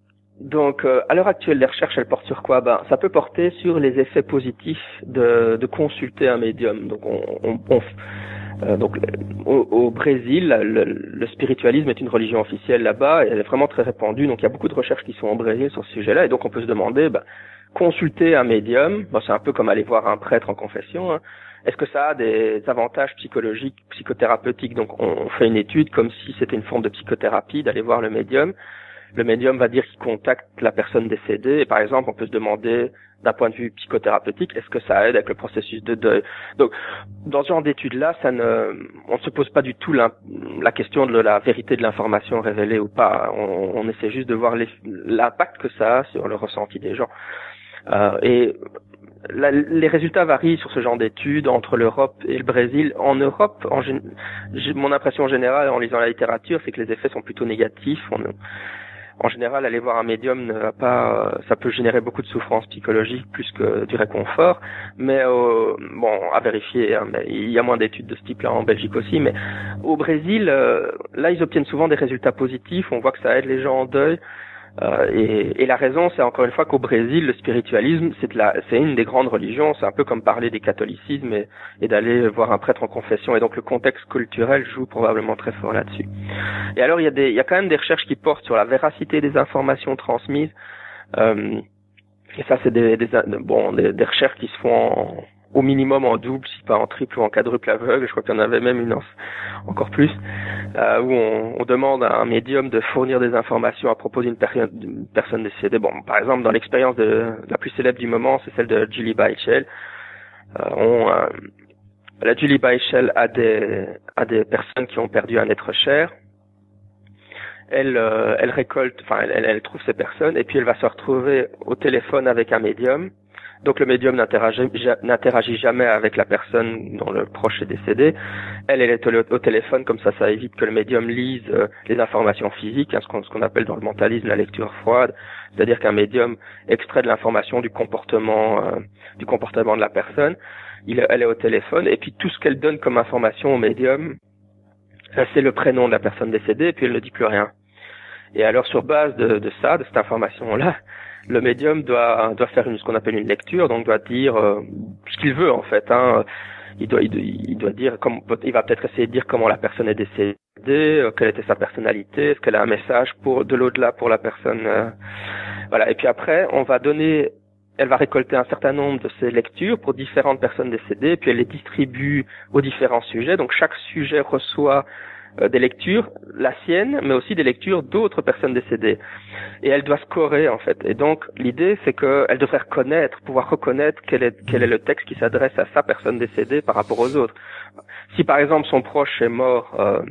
donc, euh, à l'heure actuelle, les recherches, elles portent sur quoi? Ben, ça peut porter sur les effets positifs de, de consulter un médium. Donc, on, on, on euh, donc au, au Brésil, le, le spiritualisme est une religion officielle là-bas, et elle est vraiment très répandue. Donc, il y a beaucoup de recherches qui sont au Brésil sur ce sujet-là, et donc on peut se demander. Ben, consulter un médium, bon, c'est un peu comme aller voir un prêtre en confession, hein. Est-ce que ça a des avantages psychologiques, psychothérapeutiques? Donc on fait une étude comme si c'était une forme de psychothérapie, d'aller voir le médium. Le médium va dire qu'il contacte la personne décédée, et par exemple on peut se demander d'un point de vue psychothérapeutique, est-ce que ça aide avec le processus de deuil? Donc dans ce genre d'études-là, ça ne, on ne se pose pas du tout la, la question de la vérité de l'information révélée ou pas. On, on essaie juste de voir les, l'impact que ça a sur le ressenti des gens. Euh, et la, les résultats varient sur ce genre d'études entre l'Europe et le Brésil. En Europe, en, mon impression générale en lisant la littérature, c'est que les effets sont plutôt négatifs. On, en général, aller voir un médium ne va pas, ça peut générer beaucoup de souffrance psychologique plus que du réconfort. Mais euh, bon, à vérifier. Hein, mais il y a moins d'études de ce type-là en Belgique aussi. Mais au Brésil, euh, là, ils obtiennent souvent des résultats positifs. On voit que ça aide les gens en deuil. Euh, et, et la raison, c'est encore une fois qu'au Brésil, le spiritualisme, c'est, de la, c'est une des grandes religions. C'est un peu comme parler des catholicismes et, et d'aller voir un prêtre en confession. Et donc le contexte culturel joue probablement très fort là-dessus. Et alors, il y a des, il y a quand même des recherches qui portent sur la véracité des informations transmises. Euh, et ça, c'est des, des, bon, des, des recherches qui se font en, au minimum en double, si pas en triple ou en quadruple aveugle. Je crois qu'il y en avait même une en, encore plus. Euh, où on, on demande à un médium de fournir des informations à propos d'une, péri- d'une personne décédée. Bon, par exemple, dans l'expérience de, la plus célèbre du moment, c'est celle de Julie Beischel. Euh, on, euh, la Julie Beischel a des, a des personnes qui ont perdu un être cher. Elle, euh, elle récolte, enfin, elle, elle trouve ces personnes et puis elle va se retrouver au téléphone avec un médium. Donc le médium n'interagit, n'interagit jamais avec la personne dont le proche est décédé. Elle, elle est au, au téléphone, comme ça, ça évite que le médium lise euh, les informations physiques, hein, ce, qu'on, ce qu'on appelle dans le mentalisme la lecture froide. C'est-à-dire qu'un médium extrait de l'information du comportement, euh, du comportement de la personne. Il, elle est au téléphone et puis tout ce qu'elle donne comme information au médium, c'est le prénom de la personne décédée et puis elle ne dit plus rien. Et alors, sur base de, de ça, de cette information-là, le médium doit, doit faire une, ce qu'on appelle une lecture, donc doit dire euh, ce qu'il veut en fait. Hein. Il doit, il doit, il doit dire, comme, il va peut-être essayer de dire comment la personne est décédée, euh, quelle était sa personnalité, est-ce qu'elle a un message pour de l'au-delà pour la personne. Euh, voilà. Et puis après, on va donner, elle va récolter un certain nombre de ces lectures pour différentes personnes décédées, puis elle les distribue aux différents sujets. Donc chaque sujet reçoit euh, des lectures, la sienne, mais aussi des lectures d'autres personnes décédées. Et elle doit scorer en fait. Et donc l'idée c'est qu'elle devrait reconnaître, pouvoir reconnaître quel est quel est le texte qui s'adresse à sa personne décédée par rapport aux autres. Si par exemple son proche est mort, euh,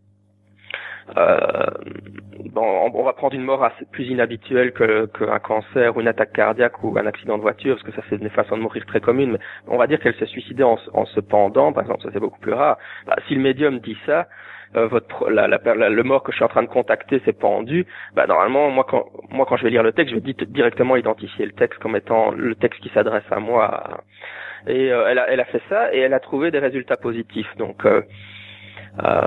euh, bon, on va prendre une mort assez plus inhabituelle que qu'un cancer ou une attaque cardiaque ou un accident de voiture, parce que ça c'est des façons de mourir très communes. Mais on va dire qu'elle s'est suicidée en, en se pendant, par exemple, ça c'est beaucoup plus rare. Bah, si le médium dit ça. Euh, votre la, la, la, le mort que je suis en train de contacter s'est pendu, bah normalement moi quand moi quand je vais lire le texte, je vais directement identifier le texte comme étant le texte qui s'adresse à moi. Et euh, elle a elle a fait ça et elle a trouvé des résultats positifs. Donc euh, euh,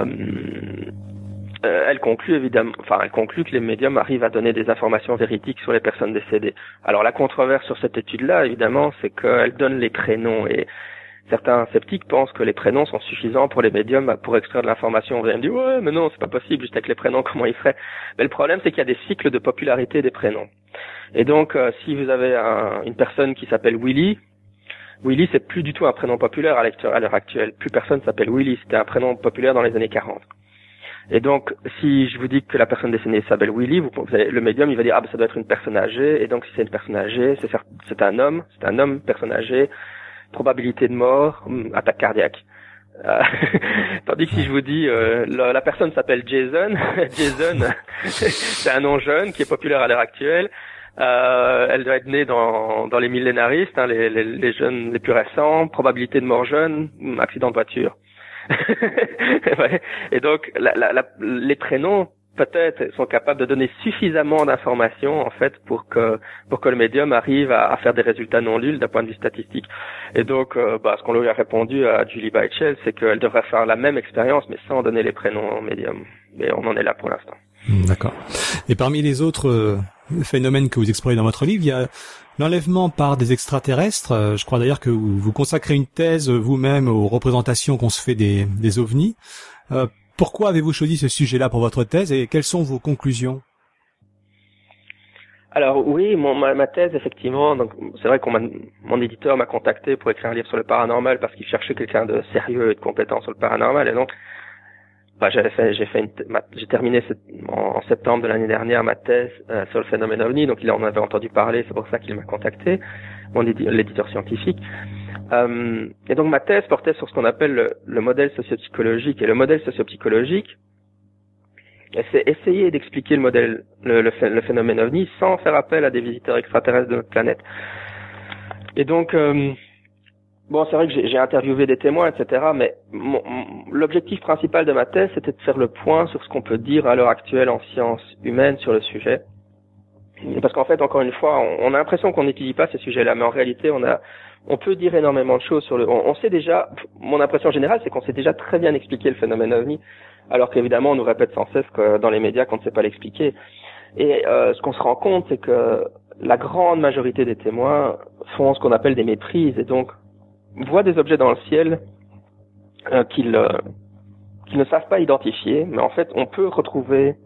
elle conclut évidemment, enfin elle conclut que les médiums arrivent à donner des informations véridiques sur les personnes décédées. Alors la controverse sur cette étude-là, évidemment, c'est qu'elle donne les prénoms et certains sceptiques pensent que les prénoms sont suffisants pour les médiums pour extraire de l'information. On me dit ouais, mais non, c'est pas possible, juste avec les prénoms, comment ils feraient? Mais le problème, c'est qu'il y a des cycles de popularité des prénoms. Et donc, euh, si vous avez un, une personne qui s'appelle Willy, Willy, c'est plus du tout un prénom populaire à l'heure actuelle. Plus personne s'appelle Willy. C'était un prénom populaire dans les années quarante. Et donc, si je vous dis que la personne décédée s'appelle Willy, vous, vous avez, le médium, il va dire ah ben ça doit être une personne âgée. Et donc, si c'est une personne âgée, c'est, c'est un homme, c'est un homme, personne âgée. Probabilité de mort, hum, attaque cardiaque. Euh, tandis que si je vous dis euh, la, la personne s'appelle Jason, Jason, c'est un nom jeune qui est populaire à l'heure actuelle. Euh, elle doit être née dans, dans les millénaristes, hein, les, les, les jeunes les plus récents. Probabilité de mort jeune, hum, accident de voiture. Ouais. Et donc la, la, la, les prénoms peut-être sont capables de donner suffisamment d'informations en fait pour que pour que le médium arrive à, à faire des résultats non nuls d'un point de vue statistique. Et donc euh, bah, ce qu'on lui a répondu à Julie Beichel, c'est qu'elle devrait faire la même expérience mais sans donner les prénoms au médium. Mais on en est là pour l'instant. D'accord. Et parmi les autres euh, phénomènes que vous explorez dans votre livre, il y a l'enlèvement par des extraterrestres. Je crois d'ailleurs que vous, vous consacrez une thèse vous-même aux représentations qu'on se fait des, des ovnis. Euh, Pourquoi avez-vous choisi ce sujet-là pour votre thèse et quelles sont vos conclusions? Alors oui, mon, ma, ma thèse effectivement, donc c'est vrai qu'on m'a, mon éditeur m'a contacté pour écrire un livre sur le paranormal parce qu'il cherchait quelqu'un de sérieux et de compétent sur le paranormal et donc bah, j'avais fait, j'ai fait une, ma, j'ai terminé cette, en, en septembre de l'année dernière ma thèse euh, sur le phénomène ovni, donc il en avait entendu parler, c'est pour ça qu'il m'a contacté, mon édi, l'éditeur scientifique. Euh, et donc ma thèse portait sur ce qu'on appelle le, le modèle sociopsychologique. Et le modèle sociopsychologique, c'est essayer d'expliquer le modèle, le, le, le phénomène ovni sans faire appel à des visiteurs extraterrestres de notre planète. Et donc, euh, bon, c'est vrai que j'ai, j'ai interviewé des témoins, et cetera. Mais mon, mon, l'objectif principal de ma thèse, c'était de faire le point sur ce qu'on peut dire à l'heure actuelle en sciences humaines sur le sujet. Parce qu'en fait, encore une fois, on, on a l'impression qu'on n'étudie pas ces sujets-là, mais en réalité, on a On peut dire énormément de choses sur le. On, on sait déjà. Mon impression générale, c'est qu'on sait déjà très bien expliquer le phénomène ovni, alors qu'évidemment, on nous répète sans cesse que dans les médias qu'on ne sait pas l'expliquer. Et euh, ce qu'on se rend compte, c'est que la grande majorité des témoins font ce qu'on appelle des méprises, et donc voient des objets dans le ciel euh, qu'ils euh, qu'ils ne savent pas identifier, mais en fait, on peut retrouver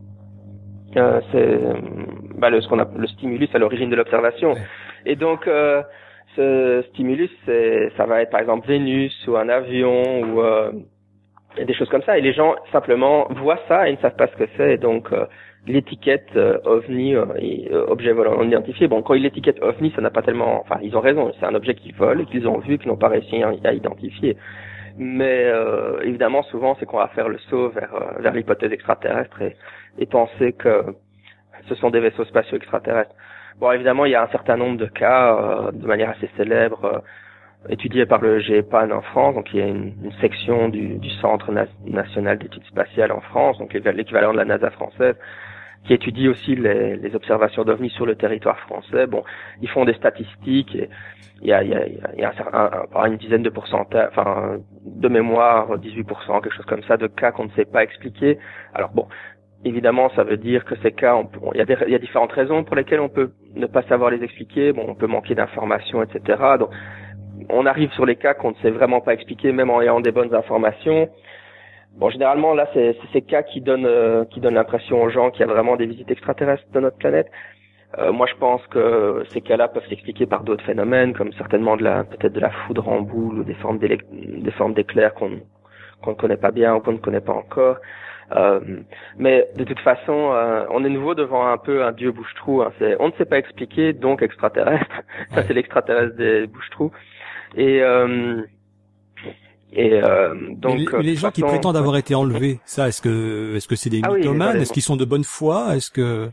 euh, c'est, bah, le, ce qu'on appelle le stimulus à l'origine de l'observation. Et donc euh, ce stimulus, c'est, ça va être par exemple Vénus ou un avion ou euh, des choses comme ça. Et les gens simplement voient ça et ne savent pas ce que c'est. Et donc euh, l'étiquette euh, OVNI, euh, et, euh, objet volant non identifié. Bon, quand ils l'étiquettent OVNI, ça n'a pas tellement. Enfin, ils ont raison. C'est un objet qu'ils volent et qu'ils ont vu, qu'ils n'ont pas réussi à, à identifier. Mais euh, évidemment, souvent, c'est qu'on va faire le saut vers euh, vers l'hypothèse extraterrestre et, et penser que ce sont des vaisseaux spatiaux extraterrestres. Bon, évidemment, il y a un certain nombre de cas, euh, de manière assez célèbre, euh, étudiés par le G E P A N en France. Donc, il y a une, une section du, du Centre na- national d'études spatiales en France, donc l'équivalent de la NASA française, qui étudie aussi les, les observations d'OVNI sur le territoire français. Bon, ils font des statistiques et il y a, il y a, il y a un, un, une dizaine de pourcentages, enfin, de mémoire, dix-huit pour cent, quelque chose comme ça, de cas qu'on ne sait pas expliquer. Alors bon, évidemment, ça veut dire que ces cas, on peut, il y a des, il y a différentes raisons pour lesquelles on peut ne pas savoir les expliquer. Bon, on peut manquer d'informations, et cetera. Donc, on arrive sur les cas qu'on ne sait vraiment pas expliquer, même en ayant des bonnes informations. Bon, généralement, là, c'est, c'est ces cas qui donnent, euh, qui donnent l'impression aux gens qu'il y a vraiment des visites extraterrestres de notre planète. Euh, moi, je pense que ces cas-là peuvent s'expliquer par d'autres phénomènes, comme certainement de la, peut-être de la foudre en boule ou des formes des formes d'éclairs qu'on, qu'on ne connaît pas bien ou qu'on ne connaît pas encore. Euh, mais de toute façon, euh, on est nouveau devant un peu un dieu bouche-trou. Hein. C'est, on ne sait pas expliquer, donc extraterrestre. Ça, ouais. C'est l'extraterrestre des bouche-trous. Et euh, et euh, donc mais les, mais les gens façon, qui prétendent avoir été enlevés, ça, est-ce que est-ce que c'est des ah mythomanes, oui, est-ce qu'ils sont de bonne foi, est-ce que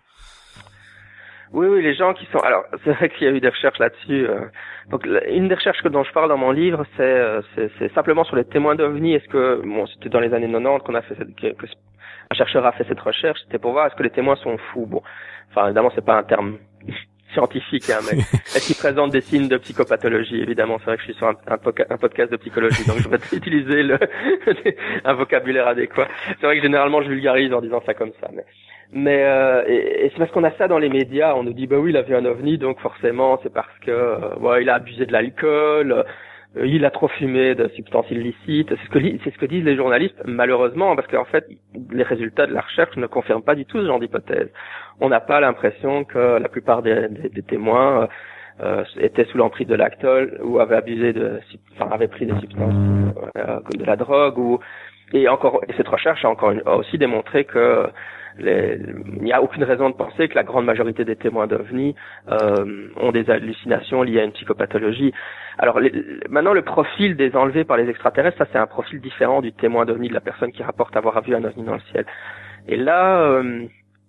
Oui, oui, les gens qui sont. Alors, c'est vrai qu'il y a eu des recherches là-dessus. Euh... Donc, une des recherches que dont je parle dans mon livre, c'est, euh, c'est, c'est simplement sur les témoins d'OVNI. Est-ce que, bon, c'était dans les années quatre-vingt-dix qu'on a fait cette, que, que un chercheur a fait cette recherche. C'était pour voir est-ce que les témoins sont fous. Bon, enfin, évidemment, c'est pas un terme scientifique, hein, mais est-ce qu'ils présentent des signes de psychopathologie? Évidemment, c'est vrai que je suis sur un, un, un podcast de psychologie, donc je vais utiliser le, un vocabulaire adéquat. C'est vrai que généralement, je vulgarise en disant ça comme ça, mais. Mais euh, et, et c'est parce qu'on a ça dans les médias, on nous dit bah oui il a vu un ovni donc forcément c'est parce que euh, ouais, il a abusé de l'alcool, euh, il a trop fumé de substances illicites, c'est ce que c'est ce que disent les journalistes malheureusement parce qu'en fait les résultats de la recherche ne confirment pas du tout ce genre d'hypothèse. On n'a pas l'impression que la plupart des, des, des témoins euh, étaient sous l'emprise de l'alcool ou avaient abusé de enfin avaient pris des substances euh, comme de la drogue ou et encore et cette recherche a encore une, a aussi démontré que Les, il n'y a aucune raison de penser que la grande majorité des témoins d'OVNI euh, ont des hallucinations liées à une psychopathologie. Alors les, maintenant, le profil des enlevés par les extraterrestres, ça c'est un profil différent du témoin d'OVNI, de la personne qui rapporte avoir vu un OVNI dans le ciel. Et là, euh,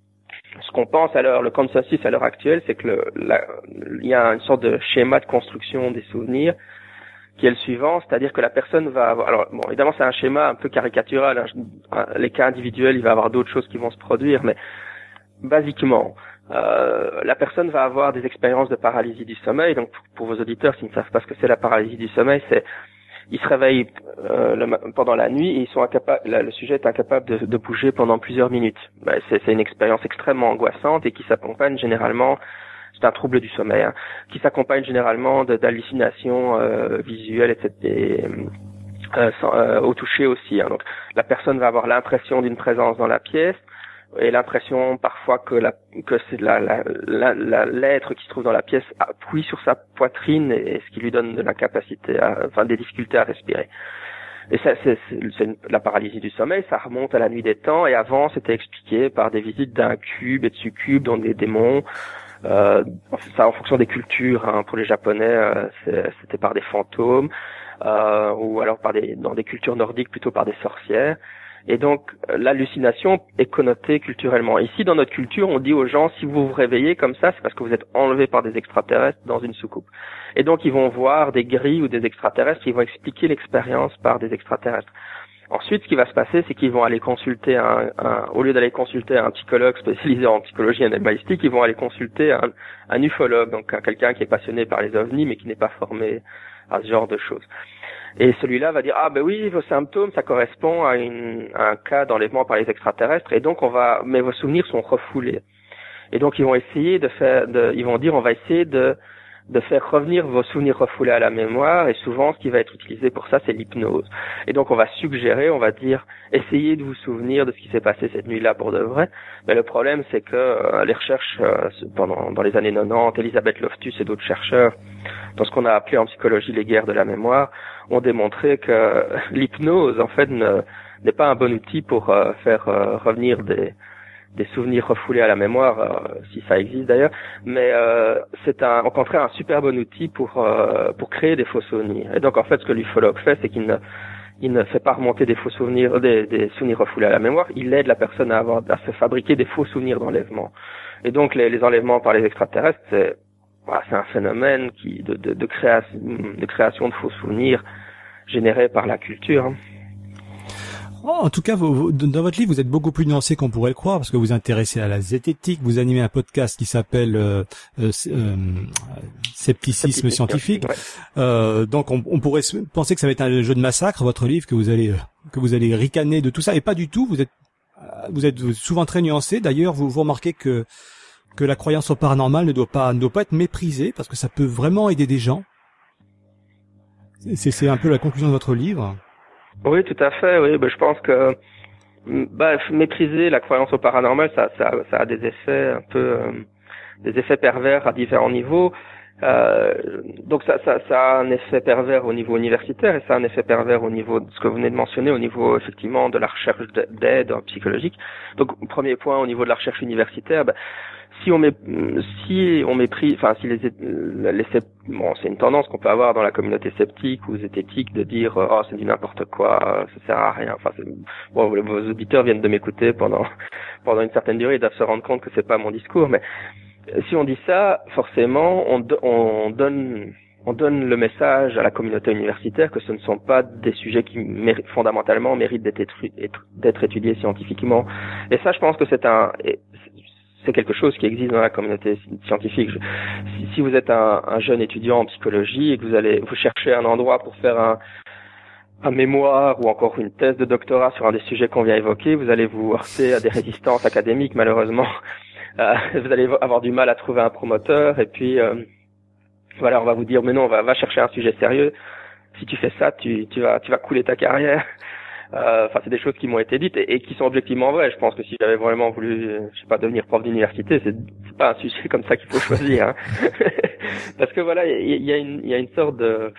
ce qu'on pense à l'heure, le consensus à l'heure actuelle, c'est que le, la, il y a une sorte de schéma de construction des souvenirs qui est le suivant, c'est-à-dire que la personne va avoir... Alors, bon, évidemment, c'est un schéma un peu caricatural. Hein. Les cas individuels, il va y avoir d'autres choses qui vont se produire, mais basiquement, euh, la personne va avoir des expériences de paralysie du sommeil. Donc, pour vos auditeurs, s'ils ne savent pas ce que c'est la paralysie du sommeil, c'est... Ils se réveillent euh, le, pendant la nuit et ils sont incapables, le sujet est incapable de, de bouger pendant plusieurs minutes. Ben, c'est, c'est une expérience extrêmement angoissante et qui s'accompagne généralement... C'est un trouble du sommeil, hein, qui s'accompagne généralement de, d'hallucinations euh, visuelles, et cetera. Et, euh, sans, euh, au toucher aussi. Hein. Donc, la personne va avoir l'impression d'une présence dans la pièce et l'impression parfois que, la, que c'est la, la, la, la, l'être qui se trouve dans la pièce appuie sur sa poitrine et, et ce qui lui donne de la capacité, à, enfin des difficultés à respirer. Et ça, c'est, c'est, c'est une, la paralysie du sommeil, ça remonte à la nuit des temps et avant c'était expliqué par des visites d'incubes et de succubes, dont des démons. Euh, ça en fonction des cultures, hein. Pour les Japonais, euh, c'est, c'était par des fantômes, euh, ou alors par des dans des cultures nordiques plutôt par des sorcières. Et donc l'hallucination est connotée culturellement. Ici, dans notre culture, on dit aux gens si vous vous réveillez comme ça, c'est parce que vous êtes enlevé par des extraterrestres dans une soucoupe. Et donc ils vont voir des grilles ou des extraterrestres qui vont expliquer l'expérience par des extraterrestres. Ensuite, ce qui va se passer, c'est qu'ils vont aller consulter un, un au lieu d'aller consulter un psychologue spécialisé en psychologie animalistique, ils vont aller consulter un, un ufologue, donc un, quelqu'un qui est passionné par les ovnis mais qui n'est pas formé à ce genre de choses. Et celui-là va dire ah ben oui, vos symptômes ça correspond à, une, à un cas d'enlèvement par les extraterrestres et donc on va mais vos souvenirs sont refoulés. Et donc ils vont essayer de faire de ils vont dire on va essayer de de faire revenir vos souvenirs refoulés à la mémoire et souvent ce qui va être utilisé pour ça c'est l'hypnose. Et donc on va suggérer, on va dire essayez de vous souvenir de ce qui s'est passé cette nuit-là pour de vrai. Mais le problème c'est que euh, les recherches euh, pendant dans les années quatre-vingt-dix, Elisabeth Loftus et d'autres chercheurs dans ce qu'on a appelé en psychologie les guerres de la mémoire ont démontré que l'hypnose en fait ne, n'est pas un bon outil pour euh, faire euh, revenir des des souvenirs refoulés à la mémoire, euh, si ça existe d'ailleurs, mais euh, c'est un, au contraire un super bon outil pour euh, pour créer des faux souvenirs. Et donc en fait, ce que l'ufologue fait, c'est qu'il ne il ne fait pas remonter des faux souvenirs, des, des souvenirs refoulés à la mémoire. Il aide la personne à avoir à se fabriquer des faux souvenirs d'enlèvement. Et donc les, les enlèvements par les extraterrestres, c'est voilà, c'est un phénomène qui de de, de création de création de faux souvenirs générés par la culture. Hein. Oh, en tout cas, vous, vous, dans votre livre, vous êtes beaucoup plus nuancé qu'on pourrait le croire, parce que vous vous intéressez à la zététique, vous animez un podcast qui s'appelle euh, euh, euh, Scepticisme scientifique. Ouais. Euh, donc, on, on pourrait penser que ça va être un jeu de massacre, votre livre, que vous allez que vous allez ricaner de tout ça, et pas du tout. Vous êtes vous êtes souvent très nuancé. D'ailleurs, vous, vous remarquez que que la croyance au paranormal ne doit pas ne doit pas être méprisée parce que ça peut vraiment aider des gens. C'est c'est un peu la conclusion de votre livre. Oui, tout à fait. Oui, ben, je pense que bah, mépriser la croyance au paranormal, ça ça ça a des effets un peu euh, des effets pervers à différents niveaux. Euh, donc ça, ça, ça a un effet pervers au niveau universitaire et ça a un effet pervers au niveau de ce que vous venez de mentionner, au niveau effectivement de la recherche d'aide psychologique. Donc premier point au niveau de la recherche universitaire, ben, si on met, si on méprise, enfin si les, les bon c'est une tendance qu'on peut avoir dans la communauté sceptique ou zététique de dire oh c'est du n'importe quoi, ça sert à rien. Enfin c'est, bon vos auditeurs viennent de m'écouter pendant pendant une certaine durée, ils doivent se rendre compte que c'est pas mon discours, mais si on dit ça, forcément, on, do- on donne, on donne le message à la communauté universitaire que ce ne sont pas des sujets qui méri- fondamentalement méritent d'être, étu- d'être étudiés scientifiquement. Et ça, je pense que c'est un, c'est quelque chose qui existe dans la communauté scientifique. Je, si, si vous êtes un, un jeune étudiant en psychologie et que vous allez, vous cherchez un endroit pour faire un, un mémoire ou encore une thèse de doctorat sur un des sujets qu'on vient évoquer, vous allez vous heurter à des résistances académiques, malheureusement. Euh, vous allez avoir du mal à trouver un promoteur et puis euh, voilà, on va vous dire mais non, va, va chercher un sujet sérieux. Si tu fais ça, tu, tu vas, tu vas couler ta carrière. Euh, enfin, c'est des choses qui m'ont été dites et, et qui sont objectivement vraies. Je pense que si j'avais vraiment voulu, je sais pas, devenir prof d'université, c'est, c'est pas un sujet comme ça qu'il faut choisir. Hein. Parce que voilà, il y, y a une, il y a une sorte de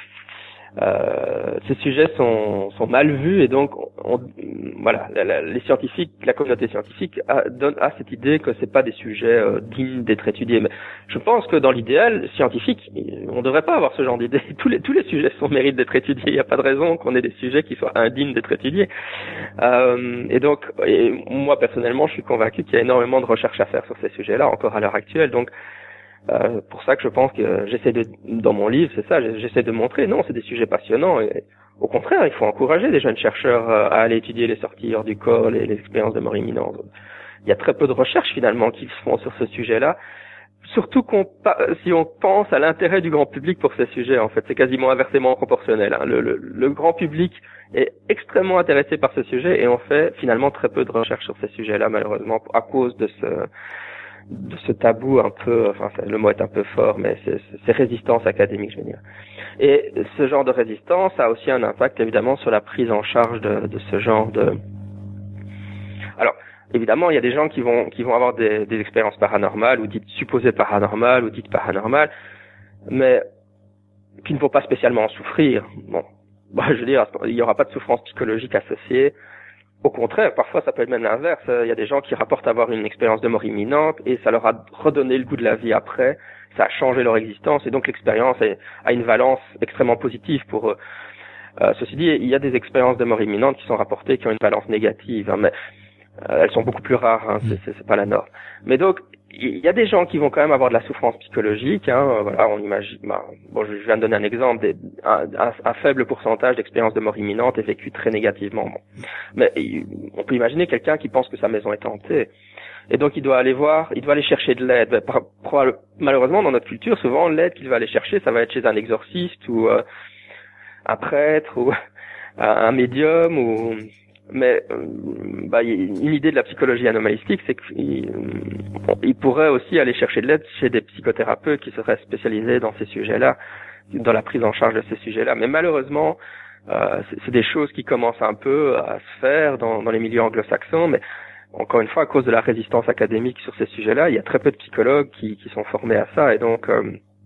Euh, ces sujets sont, sont mal vus et donc on, voilà, la, la, les scientifiques, la communauté scientifique a, donne a cette idée que c'est pas des sujets euh, dignes d'être étudiés. Mais je pense que dans l'idéal scientifique, on devrait pas avoir ce genre d'idée. Tous les tous les sujets sont méritent d'être étudiés. Il n'y a pas de raison qu'on ait des sujets qui soient indignes d'être étudiés. Euh, et donc, et moi personnellement, je suis convaincu qu'il y a énormément de recherches à faire sur ces sujets-là encore à l'heure actuelle. Donc Euh, pour ça que je pense que j'essaie de, dans mon livre, c'est ça, j'essaie de montrer, non, c'est des sujets passionnants et au contraire, il faut encourager les jeunes chercheurs à aller étudier les sorties hors du corps, les, les expériences de mort imminente. Il y a très peu de recherches finalement qui se font sur ce sujet-là, surtout qu'on, si on pense à l'intérêt du grand public pour ces sujets, en fait, c'est quasiment inversement proportionnel. Hein. Le, le, le grand public est extrêmement intéressé par ce sujet et on fait finalement très peu de recherches sur ces sujets-là, malheureusement, à cause de ce de ce tabou un peu, enfin le mot est un peu fort, mais c'est, c'est résistance académique, je veux dire. Et ce genre de résistance a aussi un impact évidemment sur la prise en charge de, de ce genre de... Alors, évidemment, il y a des gens qui vont qui vont avoir des, des expériences paranormales ou dites supposées paranormales ou dites paranormales, mais qui ne vont pas spécialement en souffrir. Bon, bah, je veux dire, il n'y aura pas de souffrance psychologique associée. Au contraire, parfois ça peut être même l'inverse. Il y a des gens qui rapportent avoir une expérience de mort imminente et ça leur a redonné le goût de la vie après. Ça a changé leur existence et donc l'expérience a une valence extrêmement positive pour eux. Euh, ceci dit, il y a des expériences de mort imminente qui sont rapportées qui ont une valence négative, hein, mais euh, elles sont beaucoup plus rares. Hein, c'est, c'est, c'est pas la norme. Mais donc il y a des gens qui vont quand même avoir de la souffrance psychologique. Hein, voilà, on imagine. Bah, bon, je viens de donner un exemple. Des, un, un, un faible pourcentage d'expériences de mort imminente est vécu très négativement. Bon. Mais on peut imaginer quelqu'un qui pense que sa maison est hantée, et donc il doit aller voir, il doit aller chercher de l'aide. Mais, par, malheureusement, dans notre culture, souvent l'aide qu'il va aller chercher, ça va être chez un exorciste ou euh, un prêtre ou un médium ou mais euh, bah, une idée de la psychologie anomalistique, c'est qu'il bon, il pourrait aussi aller chercher de l'aide chez des psychothérapeutes qui seraient spécialisés dans ces sujets-là, dans la prise en charge de ces sujets-là. Mais malheureusement, euh, c'est, c'est des choses qui commencent un peu à se faire dans, dans les milieux anglo-saxons, mais encore une fois, à cause de la résistance académique sur ces sujets-là, il y a très peu de psychologues qui, qui sont formés à ça, et donc euh,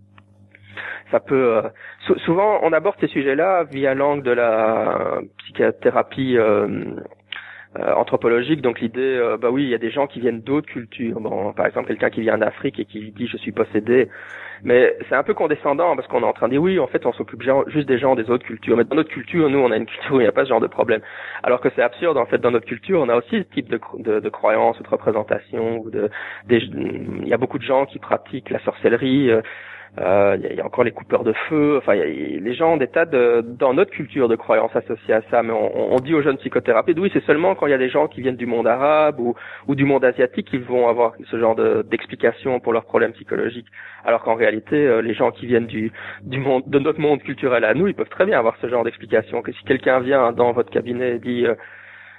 ça peut... Euh, sou- souvent, on aborde ces sujets-là via l'angle de la psychothérapie euh, euh, anthropologique. Donc l'idée, euh, bah oui, il y a des gens qui viennent d'autres cultures. Bon, par exemple, quelqu'un qui vient d'Afrique et qui dit « je suis possédé ». Mais c'est un peu condescendant parce qu'on est en train de dire « oui, en fait, on s'occupe juste des gens des autres cultures ». Mais dans notre culture, nous, on a une culture où il n'y a pas ce genre de problème. Alors que c'est absurde, en fait, dans notre culture, on a aussi ce type de, de, de croyances ou de représentations. Ou de, des, il y a beaucoup de gens qui pratiquent la sorcellerie. Euh, Il euh, y, y a encore les coupeurs de feu. Enfin, y a, y, les gens ont des tas de, dans notre culture de croyances associées à ça. Mais on, on dit aux jeunes psychothérapeutes, oui, c'est seulement quand il y a des gens qui viennent du monde arabe ou, ou du monde asiatique qu'ils vont avoir ce genre de, d'explication pour leurs problèmes psychologiques. Alors qu'en réalité, euh, les gens qui viennent du, du monde, de notre monde culturel à nous, ils peuvent très bien avoir ce genre d'explication. Que si quelqu'un vient dans votre cabinet et dit, euh,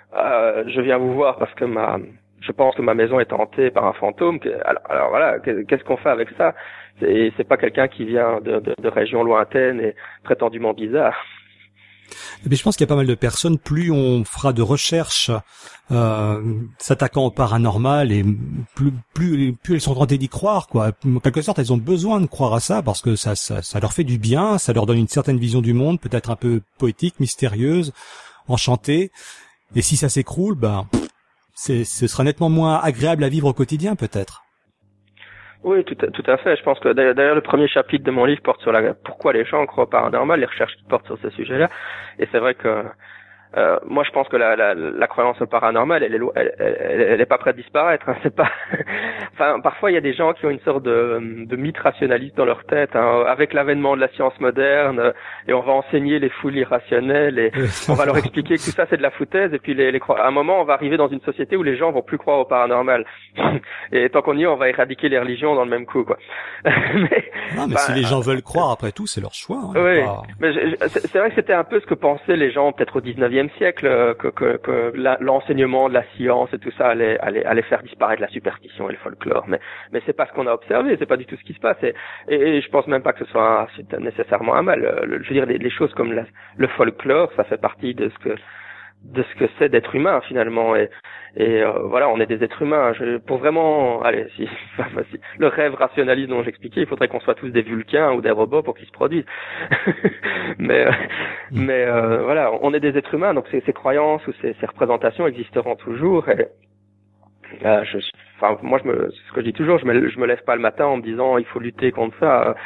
euh, je viens vous voir parce que ma je pense que ma maison est hantée par un fantôme. Alors, alors voilà, qu'est-ce qu'on fait avec ça? C'est, c'est pas quelqu'un qui vient de, de, de régions lointaines et prétendument bizarres. Mais je pense qu'il y a pas mal de personnes, plus on fera de recherches euh, s'attaquant au paranormal, et plus, plus, plus elles sont tentées d'y croire, quoi. En quelque sorte, elles ont besoin de croire à ça parce que ça, ça, ça leur fait du bien, ça leur donne une certaine vision du monde, peut-être un peu poétique, mystérieuse, enchantée. Et si ça s'écroule, ben, c'est, ce sera nettement moins agréable à vivre au quotidien, peut-être. Oui, tout à, tout à fait. Je pense que d'ailleurs le premier chapitre de mon livre porte sur la pourquoi les gens croient au paranormal, les recherches qui portent sur ce sujet-là. Et c'est vrai que euh, moi je pense que la, la, la croyance au paranormal, elle est, elle, elle, elle est pas prête de disparaître. Hein. C'est pas. Enfin, parfois il y a des gens qui ont une sorte de, de mythe rationaliste dans leur tête. Hein. Avec l'avènement de la science moderne, et on va enseigner les foules irrationnelles et on va leur expliquer que tout ça c'est de la foutaise. Et puis les, les à un moment on va arriver dans une société où les gens vont plus croire au paranormal. Et tant qu'on y est, on va éradiquer les religions dans le même coup, quoi. mais, non, mais bah, si les gens veulent croire, après tout, c'est leur choix. Hein, oui, pas... mais je, je, c'est vrai que c'était un peu ce que pensaient les gens peut-être au dix-neuvième siècle, que, que, que la, l'enseignement de la science et tout ça allait, allait, allait faire disparaître la superstition et le folklore. Mais, mais c'est pas ce qu'on a observé, c'est pas du tout ce qui se passe. Et, et, et je pense même pas que ce soit un, c'est nécessairement un mal. Le, je veux dire, les, les choses comme la, le folklore, ça fait partie de ce que de ce que c'est d'être humain finalement. Et, et euh, voilà, on est des êtres humains. Je, pour vraiment, allez, si, enfin, si le rêve rationaliste dont j'expliquais, il faudrait qu'on soit tous des Vulcains ou des robots pour qu'ils se produisent. mais, euh, mais euh, voilà, on est des êtres humains, donc ces, ces croyances ou ces, ces représentations existeront toujours. Et, euh, je, enfin, moi, je me, c'est ce que je dis toujours, je me, je me lève pas le matin en me disant il faut lutter contre ça.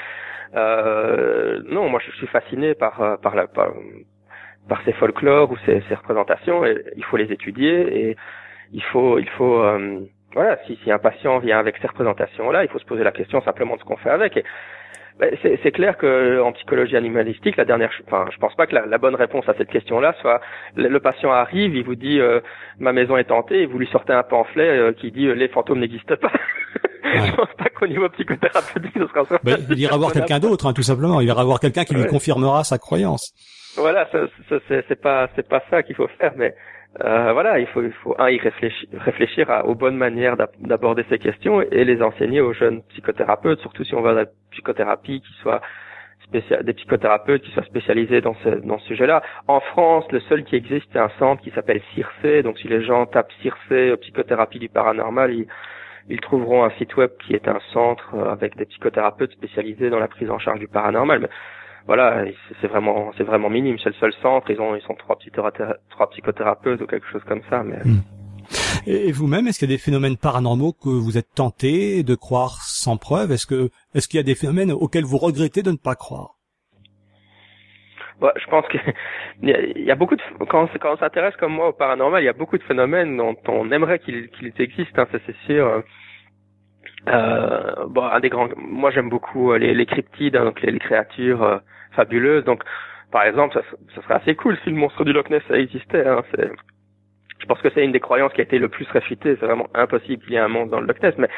Euh, non, moi, je suis fasciné par, par la, par, par ces folklores ou ces, ces représentations, et il faut les étudier, et il faut, il faut, euh, voilà, si, si un patient vient avec ces représentations-là, il faut se poser la question simplement de ce qu'on fait avec. Et ben, c'est, c'est clair que en psychologie animalistique, la dernière, enfin, je pense pas que la, la bonne réponse à cette question-là soit le, le patient arrive, il vous dit euh, ma maison est hantée, et vous lui sortez un pamphlet euh, qui dit euh, les fantômes n'existent pas. Ouais. Je pense pas qu'au niveau psychothérapeutique, ce sera ça. Ben, il ira voir quelqu'un d'autre, hein, tout simplement. Il ira voir quelqu'un qui lui ouais. confirmera sa croyance. Voilà, ça, ça, c'est, c'est pas, c'est pas ça qu'il faut faire, mais euh, voilà, il faut, il faut un y réfléchir, réfléchir à, aux bonnes manières d'aborder ces questions et les enseigner aux jeunes psychothérapeutes, surtout si on veut de la psychothérapie qui soit spécial, des psychothérapeutes qui soient spécialisés dans ce, dans ce sujet-là. En France, le seul qui existe, c'est un centre qui s'appelle CIRCE. Donc, si les gens tapent CIRCE, psychothérapie du paranormal, ils, ils trouveront un site web qui est un centre avec des psychothérapeutes spécialisés dans la prise en charge du paranormal. Mais, voilà, c'est vraiment, c'est vraiment minime. C'est le seul centre. Ils ont, ils sont trois, trois psychothérapeutes ou quelque chose comme ça. Mais mmh. Et vous-même, est-ce qu'il y a des phénomènes paranormaux que vous êtes tenté de croire sans preuve? Est-ce que, est-ce qu'il y a des phénomènes auxquels vous regrettez de ne pas croire? Bah, je pense qu'il y a, il y a beaucoup de, quand, quand on s'intéresse comme moi au paranormal, il y a beaucoup de phénomènes dont on aimerait qu'ils, qu'ils existent. Hein, ça c'est sûr. Euh, bon, un des grands, moi j'aime beaucoup les, les cryptides, hein, donc les, les créatures euh, fabuleuses. Donc, par exemple, ça, ça serait assez cool si le monstre du Loch Ness ça existait. Hein, c'est, je pense que c'est une des croyances qui a été le plus réfutée. C'est vraiment impossible qu'il y ait un monstre dans le Loch Ness, mais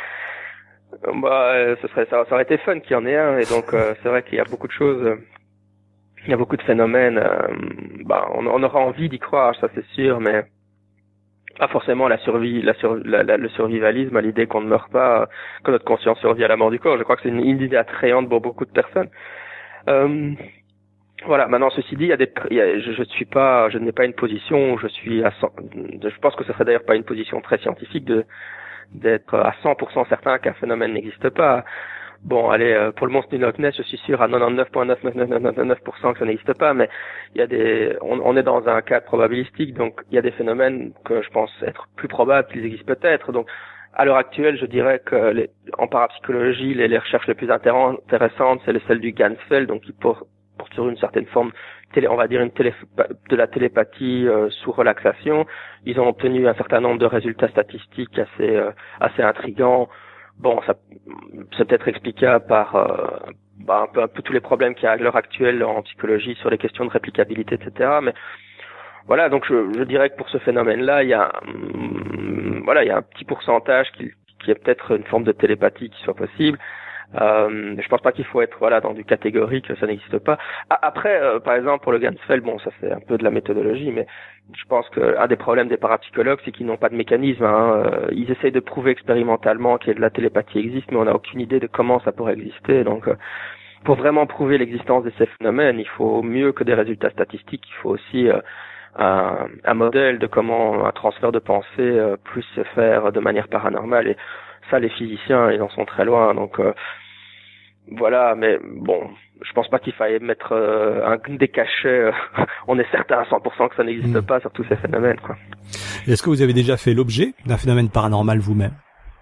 bah, ce serait, ça, ça aurait été fun qu'il y en ait un. Et donc, euh, c'est vrai qu'il y a beaucoup de choses, euh, il y a beaucoup de phénomènes. Euh, bah, on, on aura envie d'y croire, ça c'est sûr, mais pas forcément la survie, la, sur, la, la le survivalisme, à l'idée qu'on ne meurt pas, que notre conscience survit à la mort du corps. Je crois que c'est une, une idée attrayante pour beaucoup de personnes. Euh, voilà. Maintenant, ceci dit, il y a des, il y a, je, je suis pas, je n'ai pas une position où je suis à cent, je pense que ce serait d'ailleurs pas une position très scientifique de d'être à cent pour cent certain qu'un phénomène n'existe pas. Bon, allez, pour le monstre du Loch Ness, je suis sûr à quatre-vingt-dix-neuf virgule neuf neuf neuf pour cent que ça n'existe pas, mais il y a des, on, on est dans un cadre probabilistique, donc il y a des phénomènes que je pense être plus probables qu'ils existent peut-être. Donc, à l'heure actuelle, je dirais que les, en parapsychologie, les, les recherches les plus intéressantes, c'est celles du Ganzfeld, donc qui portent porte sur une certaine forme, télé, on va dire une télé, de la télépathie euh, sous relaxation. Ils ont obtenu un certain nombre de résultats statistiques assez, euh, assez intrigants. Bon, ça, c'est peut-être explicable par euh, bah, un, peu, un peu tous les problèmes qu'il y a à l'heure actuelle en psychologie sur les questions de réplicabilité, et cetera. Mais voilà, donc je, je dirais que pour ce phénomène-là, il y a, hum, voilà, il y a un petit pourcentage qui, qui est peut-être une forme de télépathie qui soit possible. Euh, je pense pas qu'il faut être voilà dans du catégorique, ça n'existe pas. Après, euh, par exemple pour le Ganzfeld, bon ça c'est un peu de la méthodologie, mais je pense que un des problèmes des parapsychologues, c'est qu'ils n'ont pas de mécanisme. Hein. Euh, ils essayent de prouver expérimentalement que de la télépathie existe, mais on n'a aucune idée de comment ça pourrait exister. Donc, euh, pour vraiment prouver l'existence de ces phénomènes, il faut mieux que des résultats statistiques. Il faut aussi euh, un, un modèle de comment un transfert de pensée euh, puisse se faire de manière paranormale. Et ça, les physiciens, ils en sont très loin. Donc euh, voilà, mais bon, je pense pas qu'il faille mettre euh, un des cachets. Euh, on est certain à cent pour cent que ça n'existe mmh. pas sur tous ces phénomènes, quoi. Est-ce que vous avez déjà fait l'objet d'un phénomène paranormal vous-même?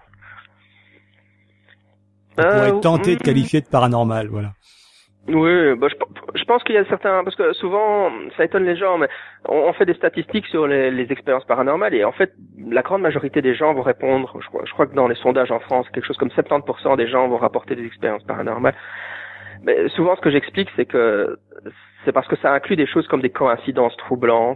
Vous pourrez être tenté de qualifier de paranormal, voilà. Oui, bah, je, je pense qu'il y a certains, parce que souvent, ça étonne les gens, mais on, on fait des statistiques sur les, les expériences paranormales, et en fait, la grande majorité des gens vont répondre, je crois, je crois que dans les sondages en France, quelque chose comme soixante-dix pour cent des gens vont rapporter des expériences paranormales. Mais souvent, ce que j'explique, c'est que c'est parce que ça inclut des choses comme des coïncidences troublantes,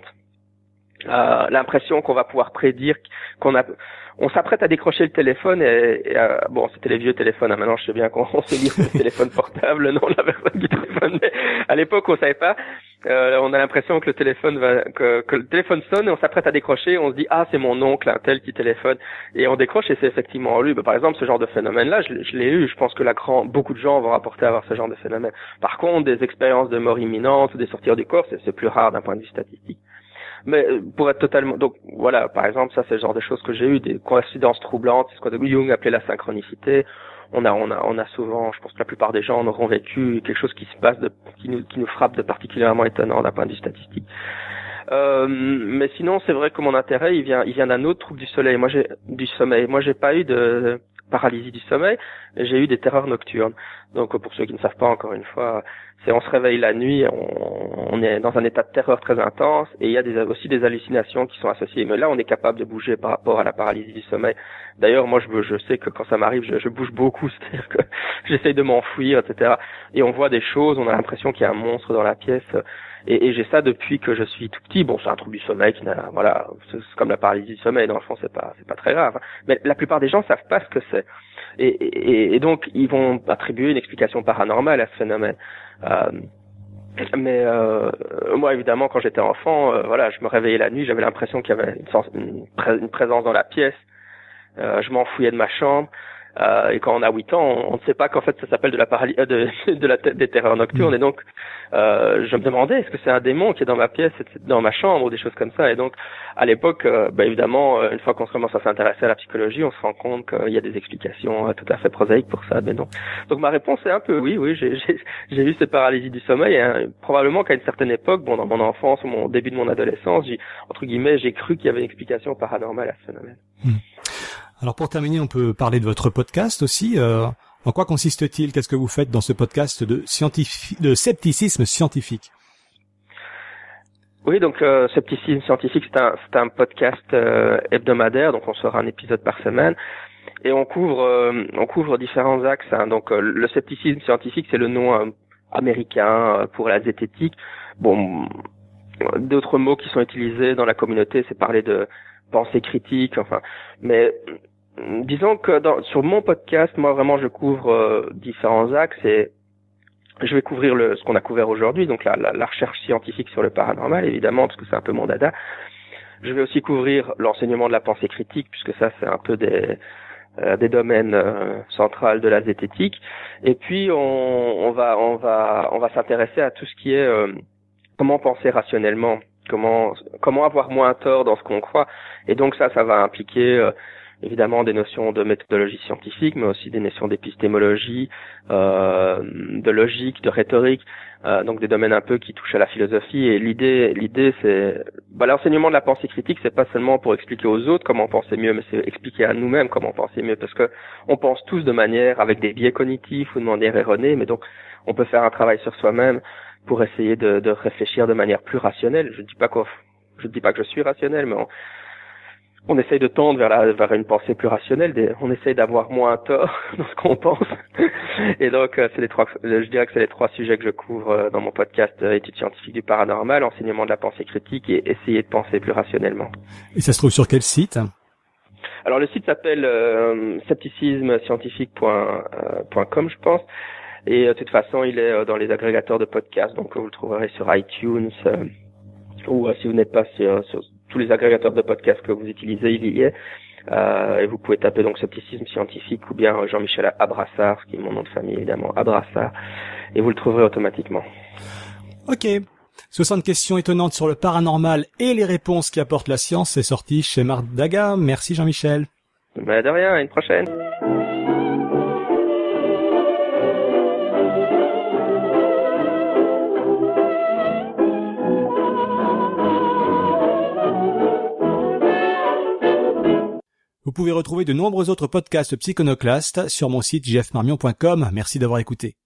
euh, l'impression qu'on va pouvoir prédire, qu'on a, on s'apprête à décrocher le téléphone et, et euh, bon, c'était les vieux téléphones. Hein, maintenant, je sais bien qu'on on sait lire le téléphone portable, non la version du téléphone. Mais à l'époque, on savait pas. Euh, on a l'impression que le téléphone va, que, que le téléphone sonne et on s'apprête à décrocher. On se dit ah c'est mon oncle un tel qui téléphone et on décroche et c'est effectivement lui. Bah, par exemple, ce genre de phénomène-là, je, je l'ai eu. Je pense que la grand, beaucoup de gens vont rapporter à avoir ce genre de phénomène. Par contre, des expériences de mort imminente ou des sorties du corps, c'est, c'est plus rare d'un point de vue statistique. Mais pour être totalement, donc voilà, par exemple, ça c'est le genre de choses que j'ai eu, des coïncidences troublantes, c'est ce que Jung appelait la synchronicité. On a, on a, on a souvent, je pense que la plupart des gens en auront vécu quelque chose qui se passe, de, qui nous, qui nous frappe de particulièrement étonnant d'un point de vue statistique. Euh, mais sinon, c'est vrai que mon intérêt, il vient, il vient d'un autre trouble du soleil. Moi, j'ai du sommeil. Moi, j'ai pas eu de paralysie du sommeil, j'ai eu des terreurs nocturnes. Donc, pour ceux qui ne savent pas, encore une fois, c'est on se réveille la nuit, on, on est dans un état de terreur très intense, et il y a des, aussi des hallucinations qui sont associées. Mais là, on est capable de bouger par rapport à la paralysie du sommeil. D'ailleurs, moi, je, je sais que quand ça m'arrive, je, je bouge beaucoup, c'est-à-dire que j'essaye de m'enfuir, et cetera. Et on voit des choses, on a l'impression qu'il y a un monstre dans la pièce. Et, et j'ai ça depuis que je suis tout petit. Bon, c'est un trouble du sommeil qui n'a, voilà, c'est, c'est comme la paralysie du sommeil. Dans le fond, c'est pas, c'est pas très grave. Mais la plupart des gens savent pas ce que c'est. Et, et, et donc, ils vont attribuer une explication paranormale à ce phénomène. Euh, mais euh, moi, évidemment, quand j'étais enfant, euh, voilà, je me réveillais la nuit, j'avais l'impression qu'il y avait une, sens, une, pré, une présence dans la pièce. Euh, je m'enfouillais de ma chambre. Euh, et quand on a huit ans, on, on ne sait pas qu'en fait ça s'appelle de la paralysie, euh, de, de la des terreurs nocturnes. Et donc, euh, je me demandais est-ce que c'est un démon qui est dans ma pièce, dans ma chambre ou des choses comme ça. Et donc, à l'époque, euh, bah, évidemment, une fois qu'on commence à s'intéresser à la psychologie, on se rend compte qu'il y a des explications euh, tout à fait prosaïques pour ça. Mais non. Donc ma réponse est un peu oui, oui, j'ai, j'ai, j'ai eu cette paralysie du sommeil. Et, hein, probablement qu'à une certaine époque, bon, dans mon enfance ou mon début de mon adolescence, j'ai, entre guillemets, j'ai cru qu'il y avait une explication paranormale à ce phénomène. Mmh. Alors pour terminer, on peut parler de votre podcast aussi. Euh, en quoi consiste-t-il? Qu'est-ce que vous faites dans ce podcast de, scientifi- de scepticisme scientifique? Oui, donc euh, Scepticisme scientifique, c'est un, c'est un podcast euh, hebdomadaire, donc on sort un épisode par semaine, et on couvre, euh, on couvre différents axes. Hein. Donc euh, le scepticisme scientifique, c'est le nom euh, américain euh, pour la zététique. Bon, d'autres mots qui sont utilisés dans la communauté, c'est parler de pensée critique, enfin, mais disons que dans, sur mon podcast, moi vraiment je couvre euh, différents axes et je vais couvrir le, ce qu'on a couvert aujourd'hui, donc la, la, la recherche scientifique sur le paranormal, évidemment, parce que c'est un peu mon dada. Je vais aussi couvrir l'enseignement de la pensée critique, puisque ça c'est un peu des, euh, des domaines euh, centraux de la zététique. Et puis on, on va, on va, on va s'intéresser à tout ce qui est euh, comment penser rationnellement. Comment comment avoir moins tort dans ce qu'on croit. Et donc ça, ça va impliquer euh, évidemment des notions de méthodologie scientifique, mais aussi des notions d'épistémologie, euh, de logique, de rhétorique, euh, donc des domaines un peu qui touchent à la philosophie. Et l'idée, l'idée, c'est bah, l'enseignement de la pensée critique, c'est pas seulement pour expliquer aux autres comment penser mieux, mais c'est expliquer à nous-mêmes comment penser mieux, parce que on pense tous de manière avec des biais cognitifs ou de manière erronée, mais donc on peut faire un travail sur soi-même pour essayer de, de réfléchir de manière plus rationnelle. Je dis pas quoi, je dis pas que je suis rationnel, mais on, on essaye de tendre vers, la, vers une pensée plus rationnelle. Des, on essaye d'avoir moins tort dans ce qu'on pense. Et donc, c'est les trois, je dirais que c'est les trois sujets que je couvre dans mon podcast Études scientifiques du paranormal, enseignement de la pensée critique et essayer de penser plus rationnellement. Et ça se trouve sur quel site? Alors le site s'appelle euh, scepticisme scientifique point com, je pense. Et euh, de toute façon, il est euh, dans les agrégateurs de podcasts, donc vous le trouverez sur iTunes euh, ou euh, si vous n'êtes pas sur, sur tous les agrégateurs de podcasts que vous utilisez, il y est. Euh, et vous pouvez taper donc scepticisme scientifique ou bien Jean-Michel Abrassard, qui est mon nom de famille évidemment, Abrassard, et vous le trouverez automatiquement. Ok. soixante questions étonnantes sur le paranormal et les réponses qui apportent la science, c'est sorti chez Mardaga. Merci Jean-Michel. Mais de rien, à une prochaine. Vous pouvez retrouver de nombreux autres podcasts psychonoclastes sur mon site j f marmion point com. Merci d'avoir écouté.